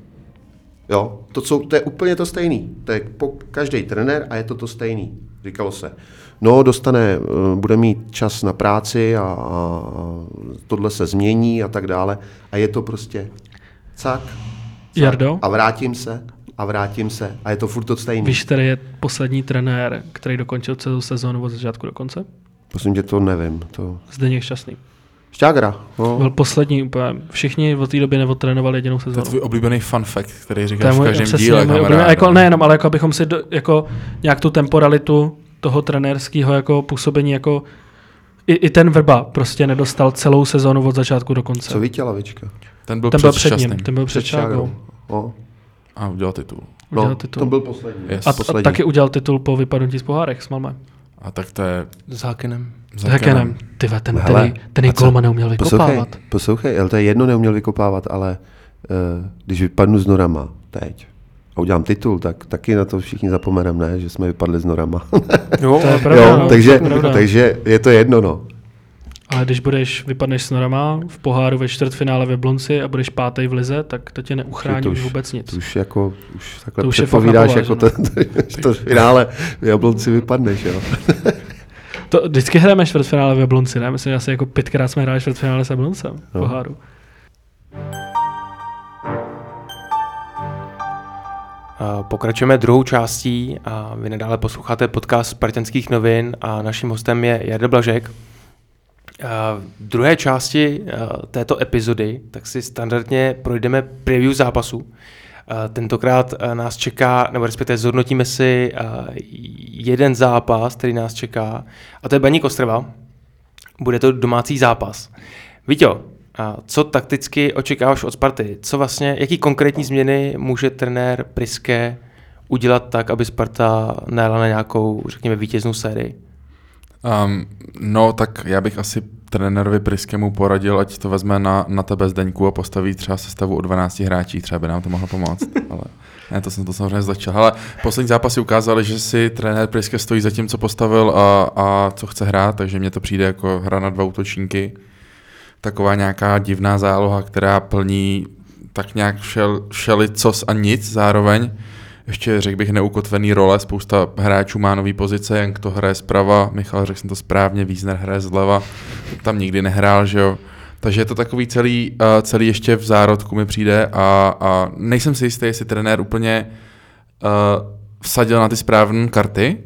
Jo, to, jsou, to je úplně to stejný. To je po, každý trenér a je to to stejný. Říkalo se, no dostane, bude mít čas na práci a, a tohle se změní a tak dále. A je to prostě cak, cak Jardo? a vrátím se a vrátím se a je to furt to stejný. Víš, který je poslední trenér, který dokončil celou sezónu od začátku do konce? Prosím tě, to nevím. To... Zdeněk Šťastný. Šťágra. No. Byl poslední úplně. Všichni od té doby neodtrénovali jedinou To je sezónu. tvůj oblíbený fun fact, který To říkáš je v můj, každém přesně, díle, můj oblíbený- kamaráde. jako, nejenom, ale jako abychom si do, jako nějak tu temporalitu toho trenérského jako působení jako i, i ten Vrba prostě nedostal celou sezónu od začátku do konce. Co Vítě Lavička? Ten byl ten byl před před ním, Šťastným. ten byl před Šťágrou. No. A udělal titul. Udělal No, titul. to byl poslední. Yes. A, a poslední. taky udělal titul po vypadnutí z pohárek s Malmö. A tak to je S Hákenem. za Hakenem. Ty ve, ten, Hele, ten, ten a co? golman neuměl Poslouchej, vykopávat. poslouchej, ale to je jedno neuměl vykopávat, ale uh, když vypadnu s norama teď a udělám titul, tak taky na to všichni zapomeneme, ne, že jsme vypadli s norama. Jo, To je pravda, jo, no, takže, to je pravda. takže je to jedno, no. Ale když budeš, vypadneš s norama v poháru ve čtvrtfinále ve Blonci a budeš pátej v lize, tak to tě neuchrání To už už- vůbec nic. To už jako, už takhle To už je fakt předpovídáš, na jako pováženo. to, to, to finále v Jablonci vypadneš, jo. To vždycky hrajeme čtvrtfinále v Jablonci, ne? Myslím, že asi jako pětkrát jsme hráli čtvrtfinále s Jabloncem v No. poháru. Pokračujeme druhou částí a vy nadále posloucháte podcast Spartanských novin a naším hostem je Jarda Blažek. V druhé části této epizody tak si standardně projdeme preview zápasu. Tentokrát nás čeká, nebo respektive zhodnotíme si jeden zápas, který nás čeká, a to je Baník Ostrava. Bude to domácí zápas. Víťo, a co takticky očekáváš od Sparty? Co vlastně, jaký konkrétní změny může trenér Priske udělat tak, aby Sparta najela na nějakou, řekněme, vítěznou sérii? Um, no, tak já bych asi trenérovi Priskemu poradil, ať to vezme na, na tebe Zdeňku a postaví třeba sestavu o dvanácti hráčích, třeba by nám to mohlo pomoct. Ale ne, to jsem to samozřejmě začal. Ale poslední zápasy ukázaly, že si trenér Priske stojí za tím, co postavil a, a co chce hrát, takže mně to přijde jako hra na dva útočníky. Taková nějaká divná záloha, která plní tak nějak všel, všelicos a nic zároveň. Ještě řekl bych neukotvený role, spousta hráčů má nový pozice, Jank to hraje zprava, Michal, řekl jsem to správně, Wiesner hraje zleva, tam nikdy nehrál, že jo. Takže je to takový celý, uh, celý ještě v zárodku mi přijde a, a nejsem si jistý, jestli trenér úplně uh, vsadil na ty správné karty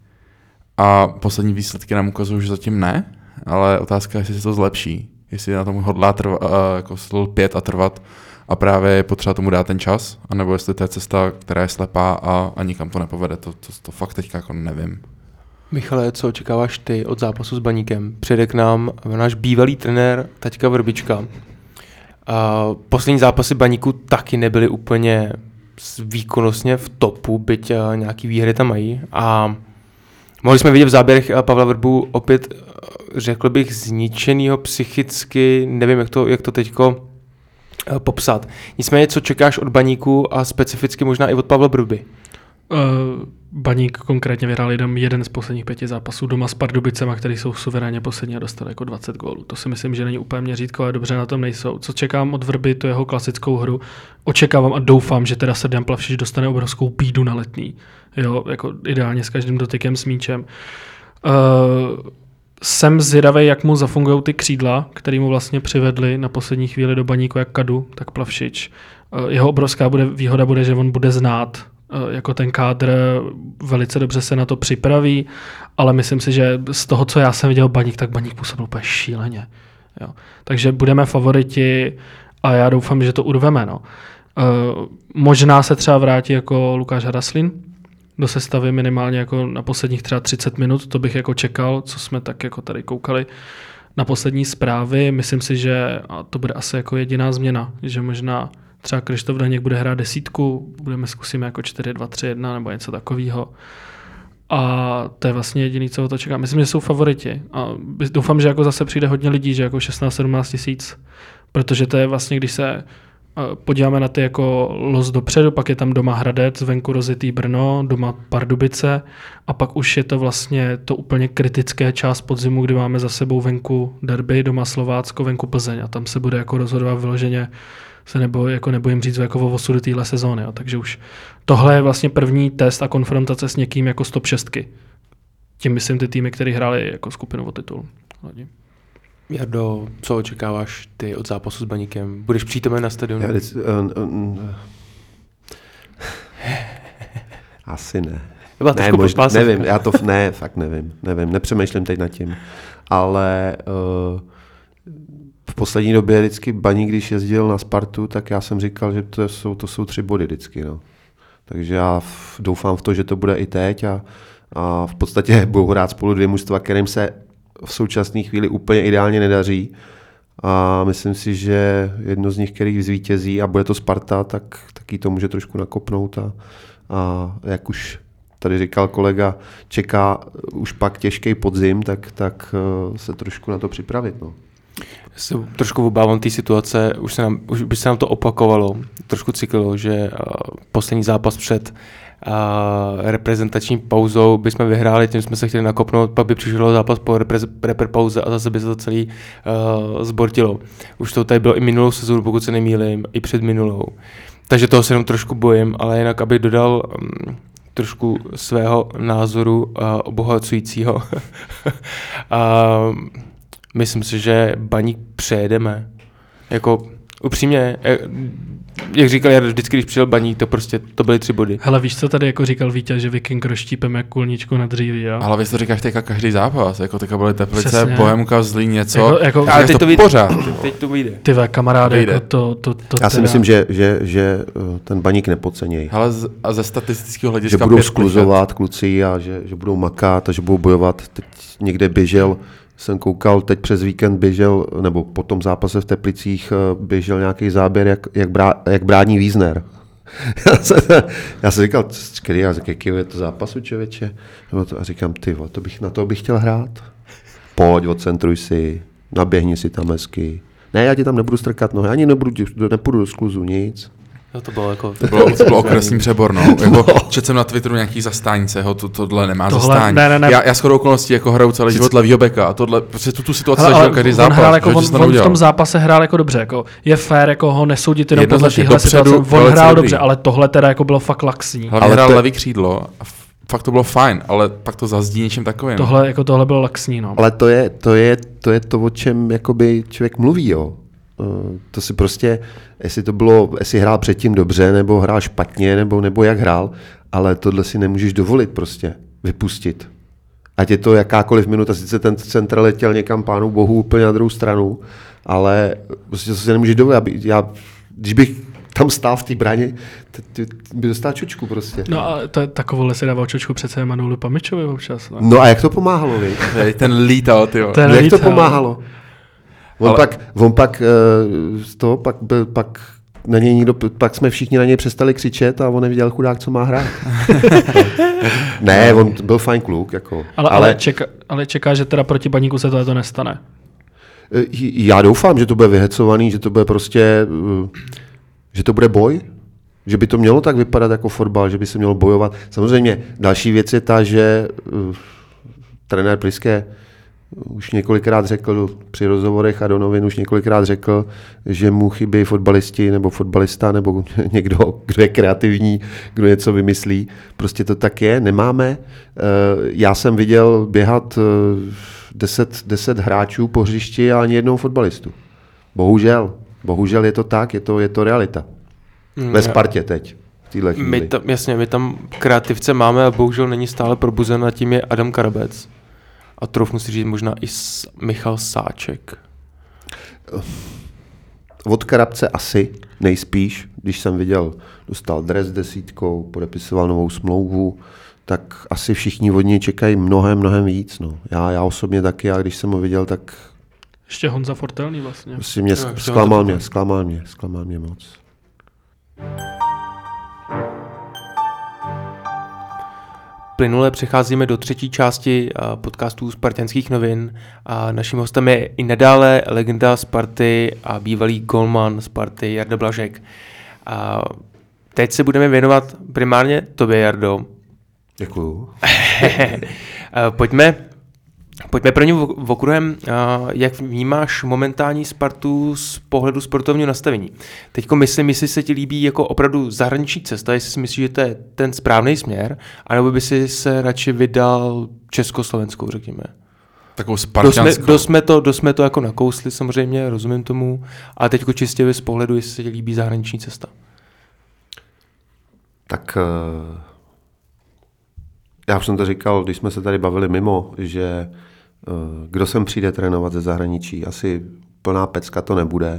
a poslední výsledky nám ukazují, že zatím ne, ale otázka je, jestli se to zlepší, jestli na tom hodlá trva, uh, jako lpět a trvat a právě je potřeba tomu dát ten čas, anebo jestli to je cesta, která je slepá a, a nikam to nepovede, to, to, to fakt teďka jako nevím. Michale, co očekáváš ty od zápasu s Baníkem? Přijde k nám náš bývalý trenér Taťka Vrbička. A poslední zápasy Baníku taky nebyly úplně výkonnostně v topu, byť nějaký výhry tam mají. A mohli jsme vidět v záběrech Pavla Vrbu opět, řekl bych, zničenýho psychicky, nevím, jak to, jak to teďko popsat. Nicméně, co čekáš od Baníku a specificky možná i od Pavla Vrby? Uh, Baník konkrétně vyhrál jenom jeden z posledních pěti zápasů doma s Pardubicema, který jsou suverénně poslední a dostali jako dvacet gólů. To si myslím, že není úplně měřítko, ale dobře na tom nejsou. Co čekám od Vrby, to jeho klasickou hru. Očekávám a doufám, že teda Serdan Plavšič dostane obrovskou bídu na Letný. Jo, jako ideálně s každým dotykem s míčem. Uh, jsem zvědavý, jak mu zafungují ty křídla, který mu vlastně přivedli na poslední chvíli do Baníku, jak Kadu, tak Plavšič. Uh, jeho obrovská bude, výhoda bude, že on bude znát jako ten kádr, velice dobře se na to připraví, ale myslím si, že z toho, co já jsem viděl Baník, tak Baník působil úplně šíleně. Jo. Takže budeme favoriti a já doufám, že to urveme. No. Uh, možná se třeba vrátí jako Lukáš Haraslín do sestavy minimálně jako na posledních třeba třicet minut, to bych jako čekal, co jsme tak jako tady koukali na poslední zprávy. Myslím si, že a to bude asi jako jediná změna, že možná třeba Krištof Daněk bude hrát desítku, budeme zkusíme jako čtyři dva tři jedna nebo něco takového. A to je vlastně jediný, co to čeká. Myslím, že jsou favoriti. A doufám, že jako zase přijde hodně lidí, že jako šestnáct sedmnáct tisíc, protože to je vlastně, když se podíváme na ty jako los dopředu, pak je tam doma Hradec, venku rozjetý Brno, doma Pardubice a pak už je to vlastně to úplně kritické část podzimu, kdy máme za sebou venku derby, doma Slovácko, venku Plzeň a tam se bude jako rozhodovat vyloženě se nebo jako nebojím říct jako o osudu téhle sezóny. Jo. Takže už tohle je vlastně první test a konfrontace s někým jako z top šestky. Tím myslím ty týmy, které hrály jako skupinu o titul. Jardo, co očekáváš ty od zápasu s Baníkem? Budeš přítomen na stadionu? Já, uh, uh, uh, asi ne. Ne, možná, nevím, já to ne, fakt nevím, nevím, nepřemýšlím teď nad tím. Ale uh, v poslední době vždycky Baník, když jezdil na Spartu, tak já jsem říkal, že to jsou, to jsou tři body vždycky. No. Takže já v, doufám v to, že to bude i teď a, a v podstatě budou hrát spolu dvě mužstva, kterým se v současné chvíli úplně ideálně nedaří. A myslím si, že jedno z nich, který zvítězí a bude to Sparta, tak, tak jí to může trošku nakopnout. A, a jak už tady říkal kolega, čeká už pak těžký podzim, tak, tak se trošku na to připravit. No. Já se trošku obávám té situace, už, se nám, už by se nám to opakovalo, trošku cyklilo, že uh, poslední zápas před uh, reprezentační pauzou bychom vyhráli, tím jsme se chtěli nakopnout, pak by přišel zápas po repre- repre pauze a zase by se to celý uh, zbortilo. Už to tady bylo i minulou sezónu, pokud se nemýlím, i před minulou. Takže toho se jenom trošku bojím, ale jinak, abych dodal um, trošku svého názoru uh, obohacujícího. uh, Myslím si, že Baník přejedeme. Jako upřímně, jak říkal Jarda, vždycky, když přijel Baník, to prostě, to byly tři body. Hele, víš, co tady jako říkal Víťa, že Viking rozštípeme kulničku na dříví, jo? Ale vy to říkáš teďka každý zápas, jako teďka byly Teplice, přesně. Bohemka, Zlín, něco. Jako, jako, ale teď to vyjde. Pořád. Teď to vyjde. Ty ve kamaráde, jako to, to, to Já si teda... myslím, že, že, že ten Baník nepodcenějí. Ale z, a ze statistického hlediska... Že budou skluzovat kluci a že, že budou makat a že budou bojovat. Teď někde běžel, jsem koukal, teď přes víkend běžel, nebo po tom zápase v Teplicích běžel nějaký záběr, jak, jak, brá, jak brání Wiesner. já, jsem, já jsem říkal, který, já říkal, jaký je to zápasu, člověče? A říkám, ty, to bych, na to bych chtěl hrát. Pojď, odcentruj si, naběhni si tam hezky. Ne, já ti tam nebudu strkat nohy, ani nebudu, nepůjdu do skluzu, nic. No to bylo jako... To bylo, to bylo okresný přebor, no. Jako, četl jsem na Twitteru nějaký zastánice, ho, to, tohle nemá tohle, zastání. Ne, ne, ne. Já, já shodou okolností jako hraju celý život levýho beka a tohle, protože tu, tu situaci hele, zažil každý zápas. Hrál jako, on, on v tom udělal. zápase hrál jako dobře, jako je fér jako ho nesoudit jenom podle téhle situace. On hrál dobře, ale tohle teda jako bylo fakt laxní. Hlavně hrál levý křídlo a fakt to bylo fajn, ale pak to zazdí něčím takovým. Tohle, jako tohle bylo laxní, no. Ale to je to, je, to, je to o čem jakoby člověk mluví, jo. To si prostě, jestli to bylo, jestli hrál předtím dobře, nebo hrál špatně, nebo, nebo jak hrál, ale tohle si nemůžeš dovolit prostě vypustit. Ať je to jakákoliv minuta, sice ten centr letěl někam pánu bohu úplně na druhou stranu, ale prostě to si nemůžeš dovolit. Já, když bych tam stál v té braně, by dostal čočku prostě. No a to, takovouhle si dával čočku přece Emanuelu Pamičovi občas. No, no a jak to pomáhalo, vy? Ten lítal, tyjo. Ten Jak lítal. to pomáhalo? On Ale... pak, on pak z toho, pak, byl, pak na něj nikdo, pak jsme všichni na něj přestali křičet a on neviděl chudák, co má hrát. Ne, on byl fajn kluk, jako. Ale, ale, ale, čeká, ale čeká, že teda proti Baníku se tohle to nestane. Já doufám, že to bude vyhecovaný, že to bude prostě, že to bude boj, že by to mělo tak vypadat jako fotbal, že by se mělo bojovat. Samozřejmě další věc je ta, že uh, trenér Pliské už několikrát řekl při rozhovorech a do novin už několikrát řekl, že mu chybí fotbalisti nebo fotbalista nebo někdo, kdo je kreativní, kdo něco vymyslí. Prostě to tak je, nemáme. Já jsem viděl běhat deset, deset hráčů po hřišti a ani jednou fotbalistu. Bohužel. Bohužel je to tak, je to, je to realita. Ve Spartě teď. My tam, jasně, my tam kreativce máme a bohužel není stále probuzen a tím je Adam Karabec. A troufnu si říct možná i s Michal Sáček. Od Karabce asi nejspíš, když jsem viděl, dostal dres s desítkou, podepisoval novou smlouvu, tak asi všichni od něj čekají mnohem, mnohem víc. No. Já, já osobně taky, a když jsem ho viděl, tak... Ještě Honza Fortelný vlastně. Prostě mě no, zklamal mě, zklamal mě, zklamal mě moc. Plynule přecházíme do třetí části podcastů Spartanských novin a naším hostem je i nadále legenda Sparty a bývalý golman Sparty Jarda Blažek. A teď se budeme věnovat primárně tobě, Jardo. Děkuju. Pojďme, pojďme prvním okruhem, jak vnímáš momentální Spartu z pohledu sportovního nastavení. Teďko myslím, jestli se ti líbí jako opravdu zahraniční cesta, jestli si myslíš, že to je ten správný směr, anebo by si se radši vydal československou, řekněme. Takovou spartianskou. Dost jsme to, dost jsme to jako nakousli samozřejmě, rozumím tomu, a teďko čistě z pohledu, jestli se ti líbí zahraniční cesta. Tak já už jsem to říkal, když jsme se tady bavili mimo, že kdo sem přijde trénovat ze zahraničí, asi plná pecka to nebude.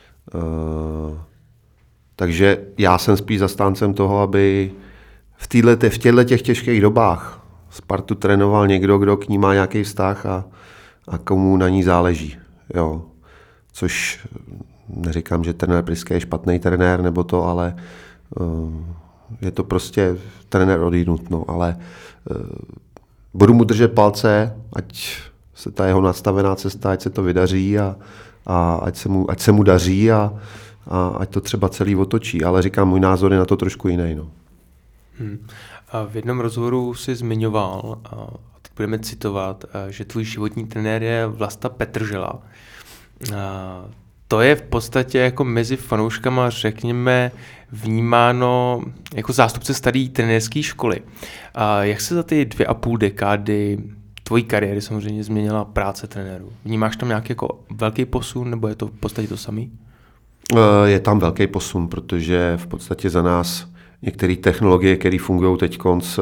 Takže já jsem spíš zastáncem toho, aby v této v těchto těch těžkých dobách Spartu trénoval někdo, kdo k ní má nějaký vztah a, a komu na ní záleží. Jo. Což neříkám, že trenér Priske je špatný trenér nebo to, ale je to prostě trenér odjinut, no, ale budu mu držet palce, ať se ta jeho nastavená cesta, ať se to vydaří a, a ať, se mu, ať se mu daří a, a ať to třeba celý otočí. Ale říkám, můj názor je na to trošku jiný. No. Hmm. A v jednom rozhovoru si zmiňoval, a teď budeme citovat, že tvůj životní trenér je Vlasta Petržela. A to je v podstatě jako mezi fanouškama, řekněme, vnímáno jako zástupce staré trenérské školy. A jak se za ty dvě a půl dekády tvojí kariéry samozřejmě změnila práce trenérů? Vnímáš tam nějaký jako velký posun, nebo je to v podstatě to samý? Je tam velký posun, protože v podstatě za nás některé technologie, které fungují teď konc,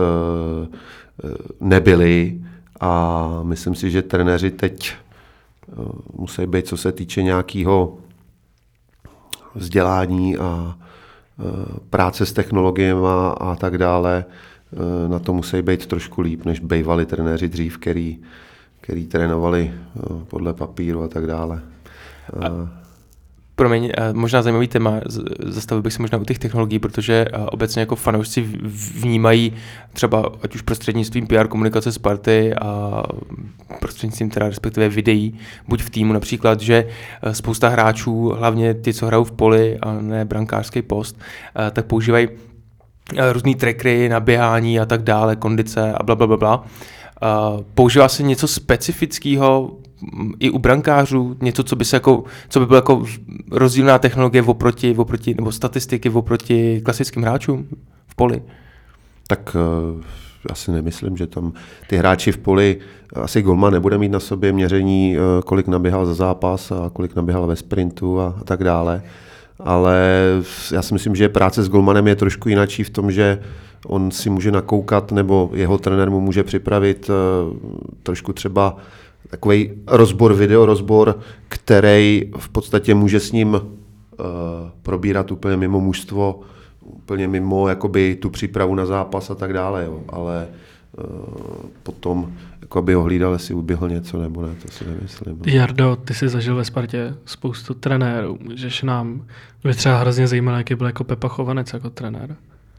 nebyly a myslím si, že trenéři teď musí být, co se týče nějakého vzdělání a práce s technologiemi a tak dále, na to musí být trošku líp, než bývali trenéři dřív, který, který trénovali podle papíru a tak dále. A, promiň, možná zajímavý téma, zastavil bych se možná u těch technologií, protože obecně jako fanoušci vnímají třeba ať už prostřednictvím P R komunikace Sparty a prostřednictvím teda respektive videí, buď v týmu například, že spousta hráčů, hlavně ty, co hrajou v poli a ne brankářský post, tak používají různý trackery na běhání a tak dále, kondice a blablabla. Bla, bla, bla. Používá se něco specifického i u brankářů, něco, co by se jako, co by bylo jako rozdílná technologie oproti, oproti, nebo statistiky oproti klasickým hráčům v poli? Tak já si nemyslím, že tam ty hráči v poli, asi golman nebude mít na sobě měření, kolik naběhal za zápas a kolik naběhal ve sprintu a, a tak dále. Ale já si myslím, že práce s golmanem je trošku jináčí v tom, že on si může nakoukat, nebo jeho trenér mu může připravit trošku třeba takový rozbor, videorozbor, který v podstatě může s ním uh, probírat úplně mimo mužstvo, úplně mimo jakoby tu přípravu na zápas a tak dále, jo. Ale uh, potom jakoby ho hlídal, jestli uběhl něco nebo ne, to si nemyslím. Jardo, ty jsi zažil ve Spartě spoustu trenérů, můžeš nám, mě třeba hrozně zajímalo, jaký byl jako Pepa Chovanec jako trenér.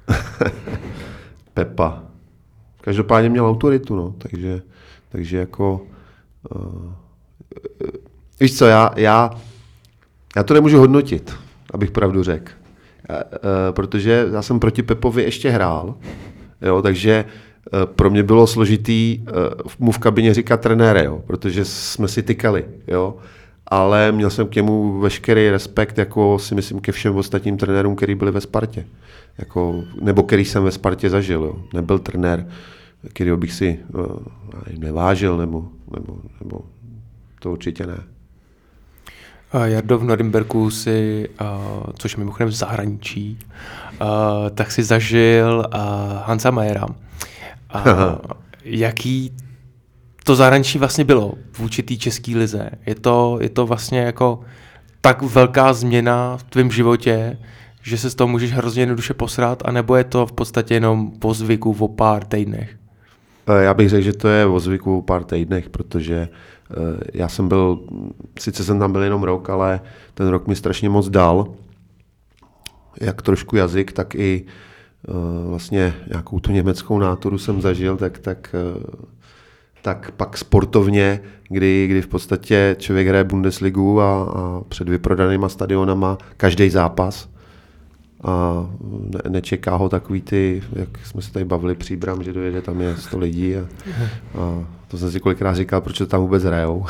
Pepa. Každopádně měl autoritu, no, takže, takže jako uh, víš co, já, já, já to nemůžu hodnotit, abych pravdu řekl. Uh, uh, protože já jsem proti Pepovi ještě hrál, jo, takže uh, pro mě bylo složitý uh, mu v kabině říkat trenére, jo, protože jsme si tykali, jo. Ale měl jsem k němu veškerý respekt, jako si myslím ke všem ostatním trenérům, kteří byli ve Spartě. Jako, nebo který jsem ve Spartě zažil. Jo. Nebyl trenér, kterýho bych si uh, nevážil, nebo, nebo, nebo to určitě ne. Uh, Jardo, v Norimberku si, uh, což je mimochodem v zahraničí, uh, tak si zažil uh, Hansa Mayera. Uh, jaký to zahraničí vlastně bylo vůči té české lize? Je to, je to vlastně jako tak velká změna v tvém životě, že se z toho můžeš hrozně jednoduše posrat, anebo je to v podstatě jenom po zvyku o pár týdnech? Já bych řekl, že to je o zvyku o pár týdnech, protože já jsem byl, sice jsem tam byl jenom rok, ale ten rok mi strašně moc dal, jak trošku jazyk, tak i vlastně nějakou tu německou náturu jsem zažil, tak, tak, tak pak sportovně, kdy, kdy v podstatě člověk hraje Bundesligu a, a před vyprodanýma stadionama každý zápas, a ne, nečeká ho takový ty, jak jsme se tady bavili, Příbram, že dojede, tam je sto lidí a, a to jsem si kolikrát říkal, proč to tam vůbec hrajou.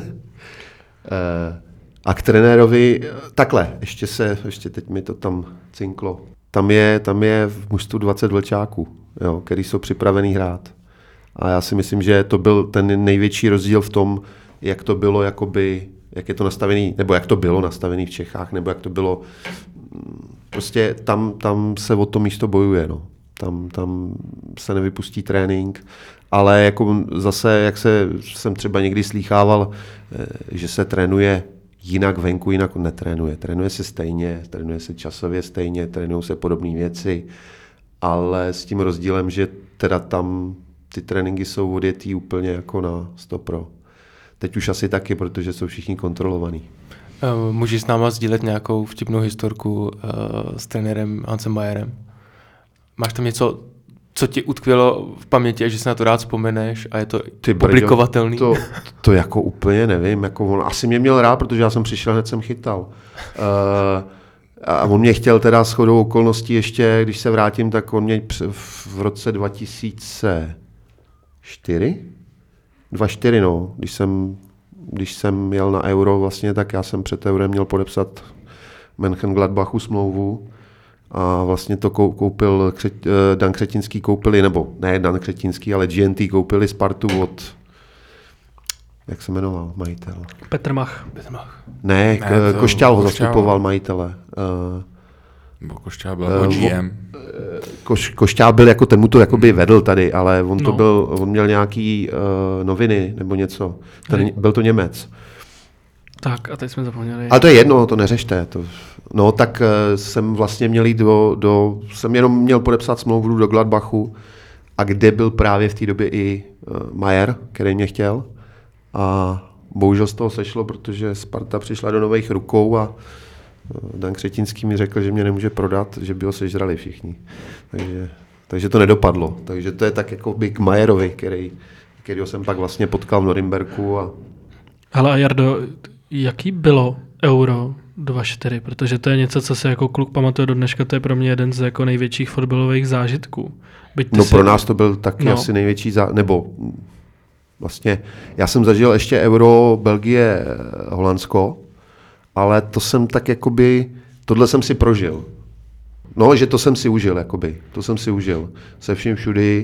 A k trenérovi, takhle, ještě se, ještě teď mi to tam cinklo, tam je, tam je v mužstvu dvacet vlčáků, jo, který jsou připravený hrát. A já si myslím, že to byl ten největší rozdíl v tom, jak to bylo jakoby, jak je to nastavený, nebo jak to bylo nastavený v Čechách, nebo jak to bylo. Prostě tam, tam se o to místo bojuje, no. Tam, tam se nevypustí trénink, ale jako zase, jak se, jsem třeba někdy slýchával, že se trénuje jinak venku, jinak netrénuje. Trénuje se stejně, trénuje se časově stejně, trénují se podobné věci, ale s tím rozdílem, že teda tam ty tréninky jsou odjetý úplně jako na sto pro. Teď už asi taky, protože jsou všichni kontrolovaní. Můžeš s náma sdílet nějakou vtipnou historku uh, s trenérem Hansem Mayerem? Máš tam něco, co ti utkvělo v paměti a že se na to rád vzpomeneš a je to Ty publikovatelný? To, to jako úplně nevím. Jako on asi mě měl rád, protože já jsem přišel, hned jsem chytal. Uh, a on mě chtěl teda shodou okolností ještě, když se vrátím, tak on mě v roce dva tisíce čtyři? dva tisíce čtyři, no, když jsem Když jsem jel na Euro vlastně, tak já jsem před Eurem měl podepsat Mönchengladbachu smlouvu a vlastně to koupil Dan Křetinský koupili, nebo ne Dan Křetinský, ale G N T koupili Spartu od, jak se jmenoval majitel? Petr Mach. Petr Mach. Ne, ne Košťál ho zastupoval majitele. Bo Košťál byl uh, G M. Koš, Košťál byl jako ten mu to jakoby vedl tady, ale on to no. byl, on měl nějaký uh, noviny nebo něco. Ten, byl to Němec. Tak a teď jsme zapomněli. Ale to je jedno, to neřešte. To, no tak uh, jsem vlastně měl jít do, do, jsem jenom měl podepsat smlouvu do Gladbachu a kde byl právě v té době i uh, Mayer, který mě chtěl. A bohužel z toho sešlo, protože Sparta přišla do nových rukou a Dan Křetinský mi řekl, že mě nemůže prodat, že by ho sežrali všichni. Takže, takže to nedopadlo. Takže to je tak jako by k Mayerovi, který, kterýho jsem pak vlastně potkal v Norimberku. A... Hele a Jardo, jaký bylo Euro dva tisíce čtyři? Protože to je něco, co se jako kluk pamatuje do dneška, to je pro mě jeden z jako největších fotbalových zážitků. No si... pro nás to byl taky no. asi největší zážitek, nebo vlastně já jsem zažil ještě Euro Belgie, Holandsko, ale to jsem tak jakoby, tohle jsem si prožil. No, že to jsem si užil, jakoby, to jsem si užil. Se vším všudy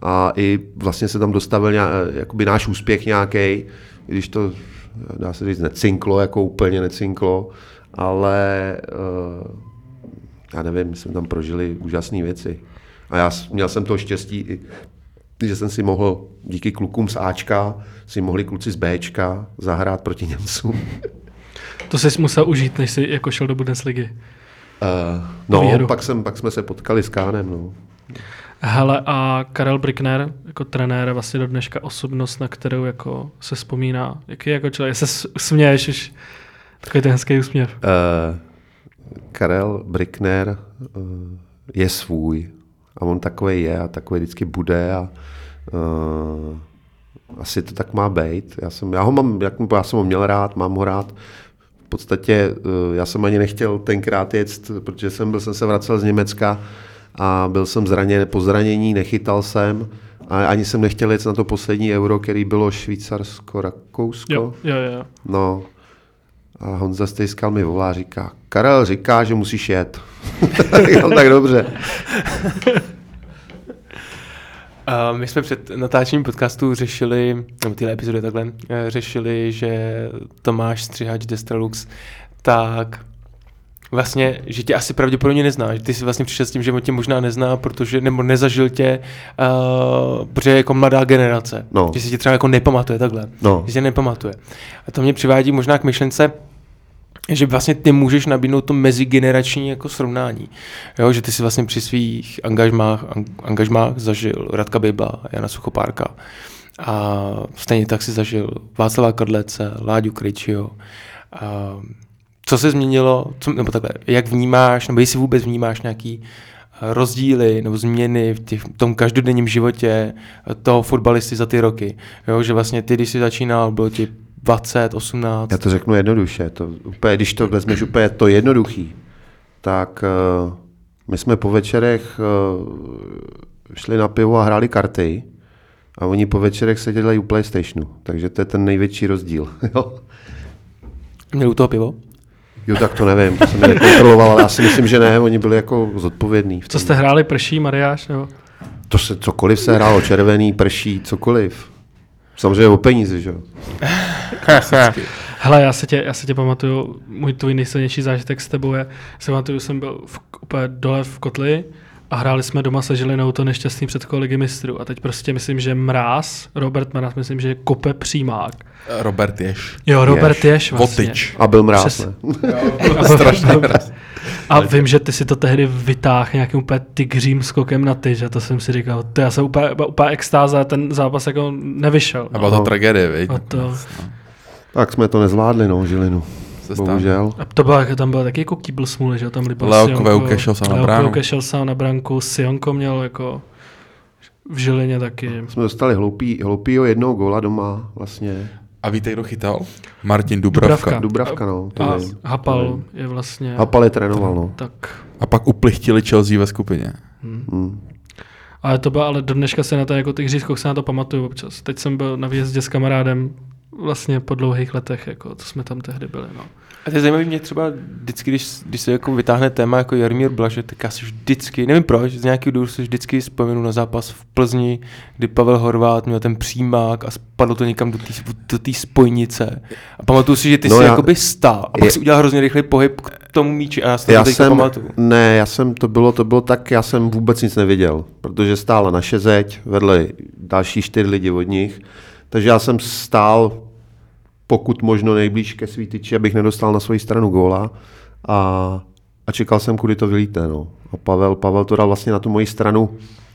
a i vlastně se tam dostavil nějak, jakoby náš úspěch nějaký, když to, dá se říct, necinklo, jako úplně necinklo, ale uh, já nevím, my jsme tam prožili úžasné věci. A já měl jsem to štěstí, že jsem si mohl díky klukům z Ačka, si mohli kluci z Bčka zahrát proti Němcům. To jsi musel užít, než jsi jako šel do Bundesligy. Uh, no, pak, jsem, pak jsme se potkali s Kánem. No. Hele, a Karel Brickner, jako trenér, vlastně do dneška osobnost, na kterou jako se vzpomíná. Jaký jako člověk? Se směješ už, takový ten hezký úsměv. Uh, Karel Brickner uh, je svůj. A on takový je a takový vždycky bude a uh, asi to tak má být. Já jsem, já ho mám, jak, já jsem ho měl rád, mám ho rád. V podstatě uh, já jsem ani nechtěl tenkrát jet, protože jsem, byl, jsem se vracel z Německa a byl jsem zraněn, po zranění, nechytal jsem a ani jsem nechtěl jet na to poslední euro, který bylo Švýcarsko-Rakousko. Jo, jo, jo. No. A Honza Stejskal mi volá a říká, Karel říká, že musíš jet. Tak dobře. Uh, my jsme před natáčením podcastu řešili, nebo tyhle epizody takhle, řešili, že Tomáš Střihač Destralux, tak vlastně, že tě asi pravděpodobně nezná, že ty jsi vlastně přišel s tím, že on tě možná nezná, protože, nebo nezažil tě, uh, protože je jako mladá generace, no. Že si tě třeba jako nepamatuje takhle, no. Že tě nepamatuje. A to mě přivádí možná k myšlence, že vlastně ty můžeš nabídnout to mezigenerační jako srovnání. Jo, že ty si vlastně při svých angažmách, angažmách zažil Radka Bejbla, Jana Suchopárka a stejně tak si zažil Václava Kadlece, Láďu Krejčího. A co se změnilo, co, nebo takhle, jak vnímáš, nebo jestli vůbec vnímáš nějaký rozdíly nebo změny v, těch, v tom každodenním životě toho fotbalisty za ty roky. Jo, že vlastně ty, když jsi začínal, bylo ti dvacet, osmnáct. Já to řeknu jednoduše. To úplně, když to vezmeš úplně to jednoduchý, tak uh, my jsme po večerech uh, šli na pivo a hráli karty a oni po večerech seděli u PlayStationu. Takže to je ten největší rozdíl. Jo? Měli u toho pivo? Jo, tak to nevím, to jsem nekontroloval, ale já si myslím, že ne, oni byli jako zodpovědní. Co jste hráli, prší, mariáš, nebo? To se cokoliv se hrálo, červený, prší, cokoliv. Samozřejmě o peníze, že jo. Hele, já se tě, já se tě pamatuju, můj tvůj nejsilnější zážitek s tebou je, si pamatuju, jsem byl v, úplně dole v kotli a hráli jsme doma se Žilinou to nešťastný předkolo Ligy mistrů. A teď prostě myslím, že Mráz, Robert Mráz, myslím, že kope přímák. Robert Ješ. Jo, Robert Ješ, Ješ vlastně. Votyč. A byl Mráz, ne? Strašný Mráz. A vím, že ty si to tehdy vytáhl nějakým úplně tygřím skokem na tyč a to jsem si říkal, to já jsem úplně, úplně extáza, ten zápas jako nevyšel. A byla to tragédie, viď? A to... Tak jsme to nezvládli, no, Žilinu. Bohužel. A to byla, tam byl taky jako kýbl smůly, že tam líbil Leo Kveuke šel sám na bránu. Kveuke šel sám na branku, Sionko měl jako v Žilině taky. Jsme dostali hloupý, hloupýho jednoho góla doma vlastně. A víte, kdo chytal? Martin Dubravka. Dubravka, Dubravka no. To a nevím. Hapal je vlastně... Hapal je trénoval, no. Tak. A pak uplichtili Chelsea ve skupině. Hmm. Hmm. Ale to bylo, ale do dneška se na ten jako tygří skok se na to pamatuju občas. Teď jsem byl na výjezdě s kamarádem vlastně po dlouhých letech, jako to jsme tam tehdy byli, no. A to je zajímavé mě třeba vždycky, když, když se jako vytáhne téma jako Jaromír Blažek, tak já si vždycky, nevím proč, z nějakého důvodu si vždycky vzpomenu na zápas v Plzni, kdy Pavel Horváth měl ten přímák a spadlo to někam do té do té spojnice. A pamatuju si, že ty no jsi já, jakoby stál a pak je, si udělal hrozně rychlý pohyb k tomu míči a já si to teďka pamatuju. Ne, já jsem, to bylo, to bylo tak, já jsem vůbec nic neviděl, protože stála naše zeď, vedle další čtyři lidi od nich, takže já jsem stál pokud možno nejblíž ke svý tyči, abych nedostal na svoji stranu góla a, a čekal jsem, kudy to vylítne. No. A Pavel, Pavel to dal vlastně na tu moji stranu.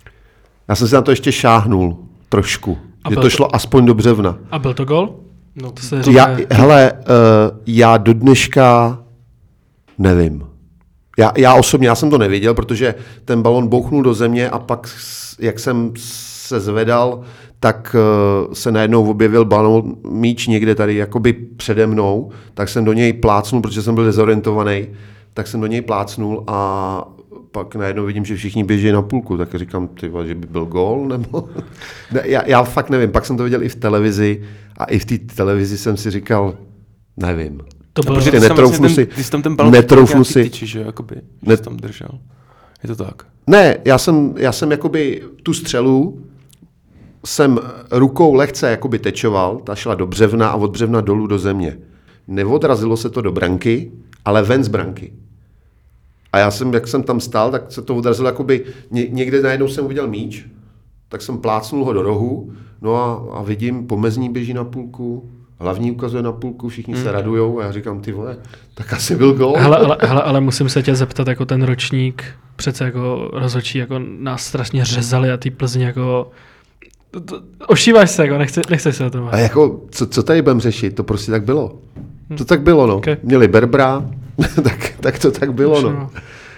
Já jsem si na to ještě šáhnul trošku, a že to šlo to... aspoň do břevna. A byl to gól? No, to se říká... já, hele, uh, já do dneška nevím. Já, já osobně, já jsem to neviděl, protože ten balon bouchnul do země a pak, jak jsem se zvedal, tak uh, se najednou objevil balón, míč někde tady jakoby přede mnou, tak jsem do něj plácnul, protože jsem byl dezorientovaný, tak jsem do něj plácnul a pak najednou vidím, že všichni běží na půlku, tak říkám, ty, že by byl gól, nebo... ne, já, já fakt nevím, pak jsem to viděl i v televizi a i v té televizi jsem si říkal, nevím. To bylo, prostě netroufnu si, ty jsi tam ten balón netroufnu si, tyči, že, jakoby, že ne, jsi tam držel. Je to tak? Ne, já jsem, já jsem jakoby tu střelu jsem rukou lehce jakoby tečoval, ta šla do břevna a od břevna dolů do země. Neodrazilo se to do branky, ale ven z branky. A já jsem, jak jsem tam stál, tak se to odrazilo jakoby, ně, někde najednou jsem uviděl míč, tak jsem plácnul ho do rohu, no a, a vidím, pomezní běží na půlku, hlavní ukazuje na půlku, všichni mm. se radujou a já říkám, ty vole, tak asi byl gól. Hele, ale, hele, ale musím se tě zeptat, jako ten ročník, přece jako rozhodčí, jako nás strašně řezali a ty Plzeň jako... Ošíváš se, jako nechce, nechceš se o tom. A jako, co, co tady budeme řešit, to prostě tak bylo. To tak bylo, no. Okay. Měli Berbra, tak, tak to tak bylo, no.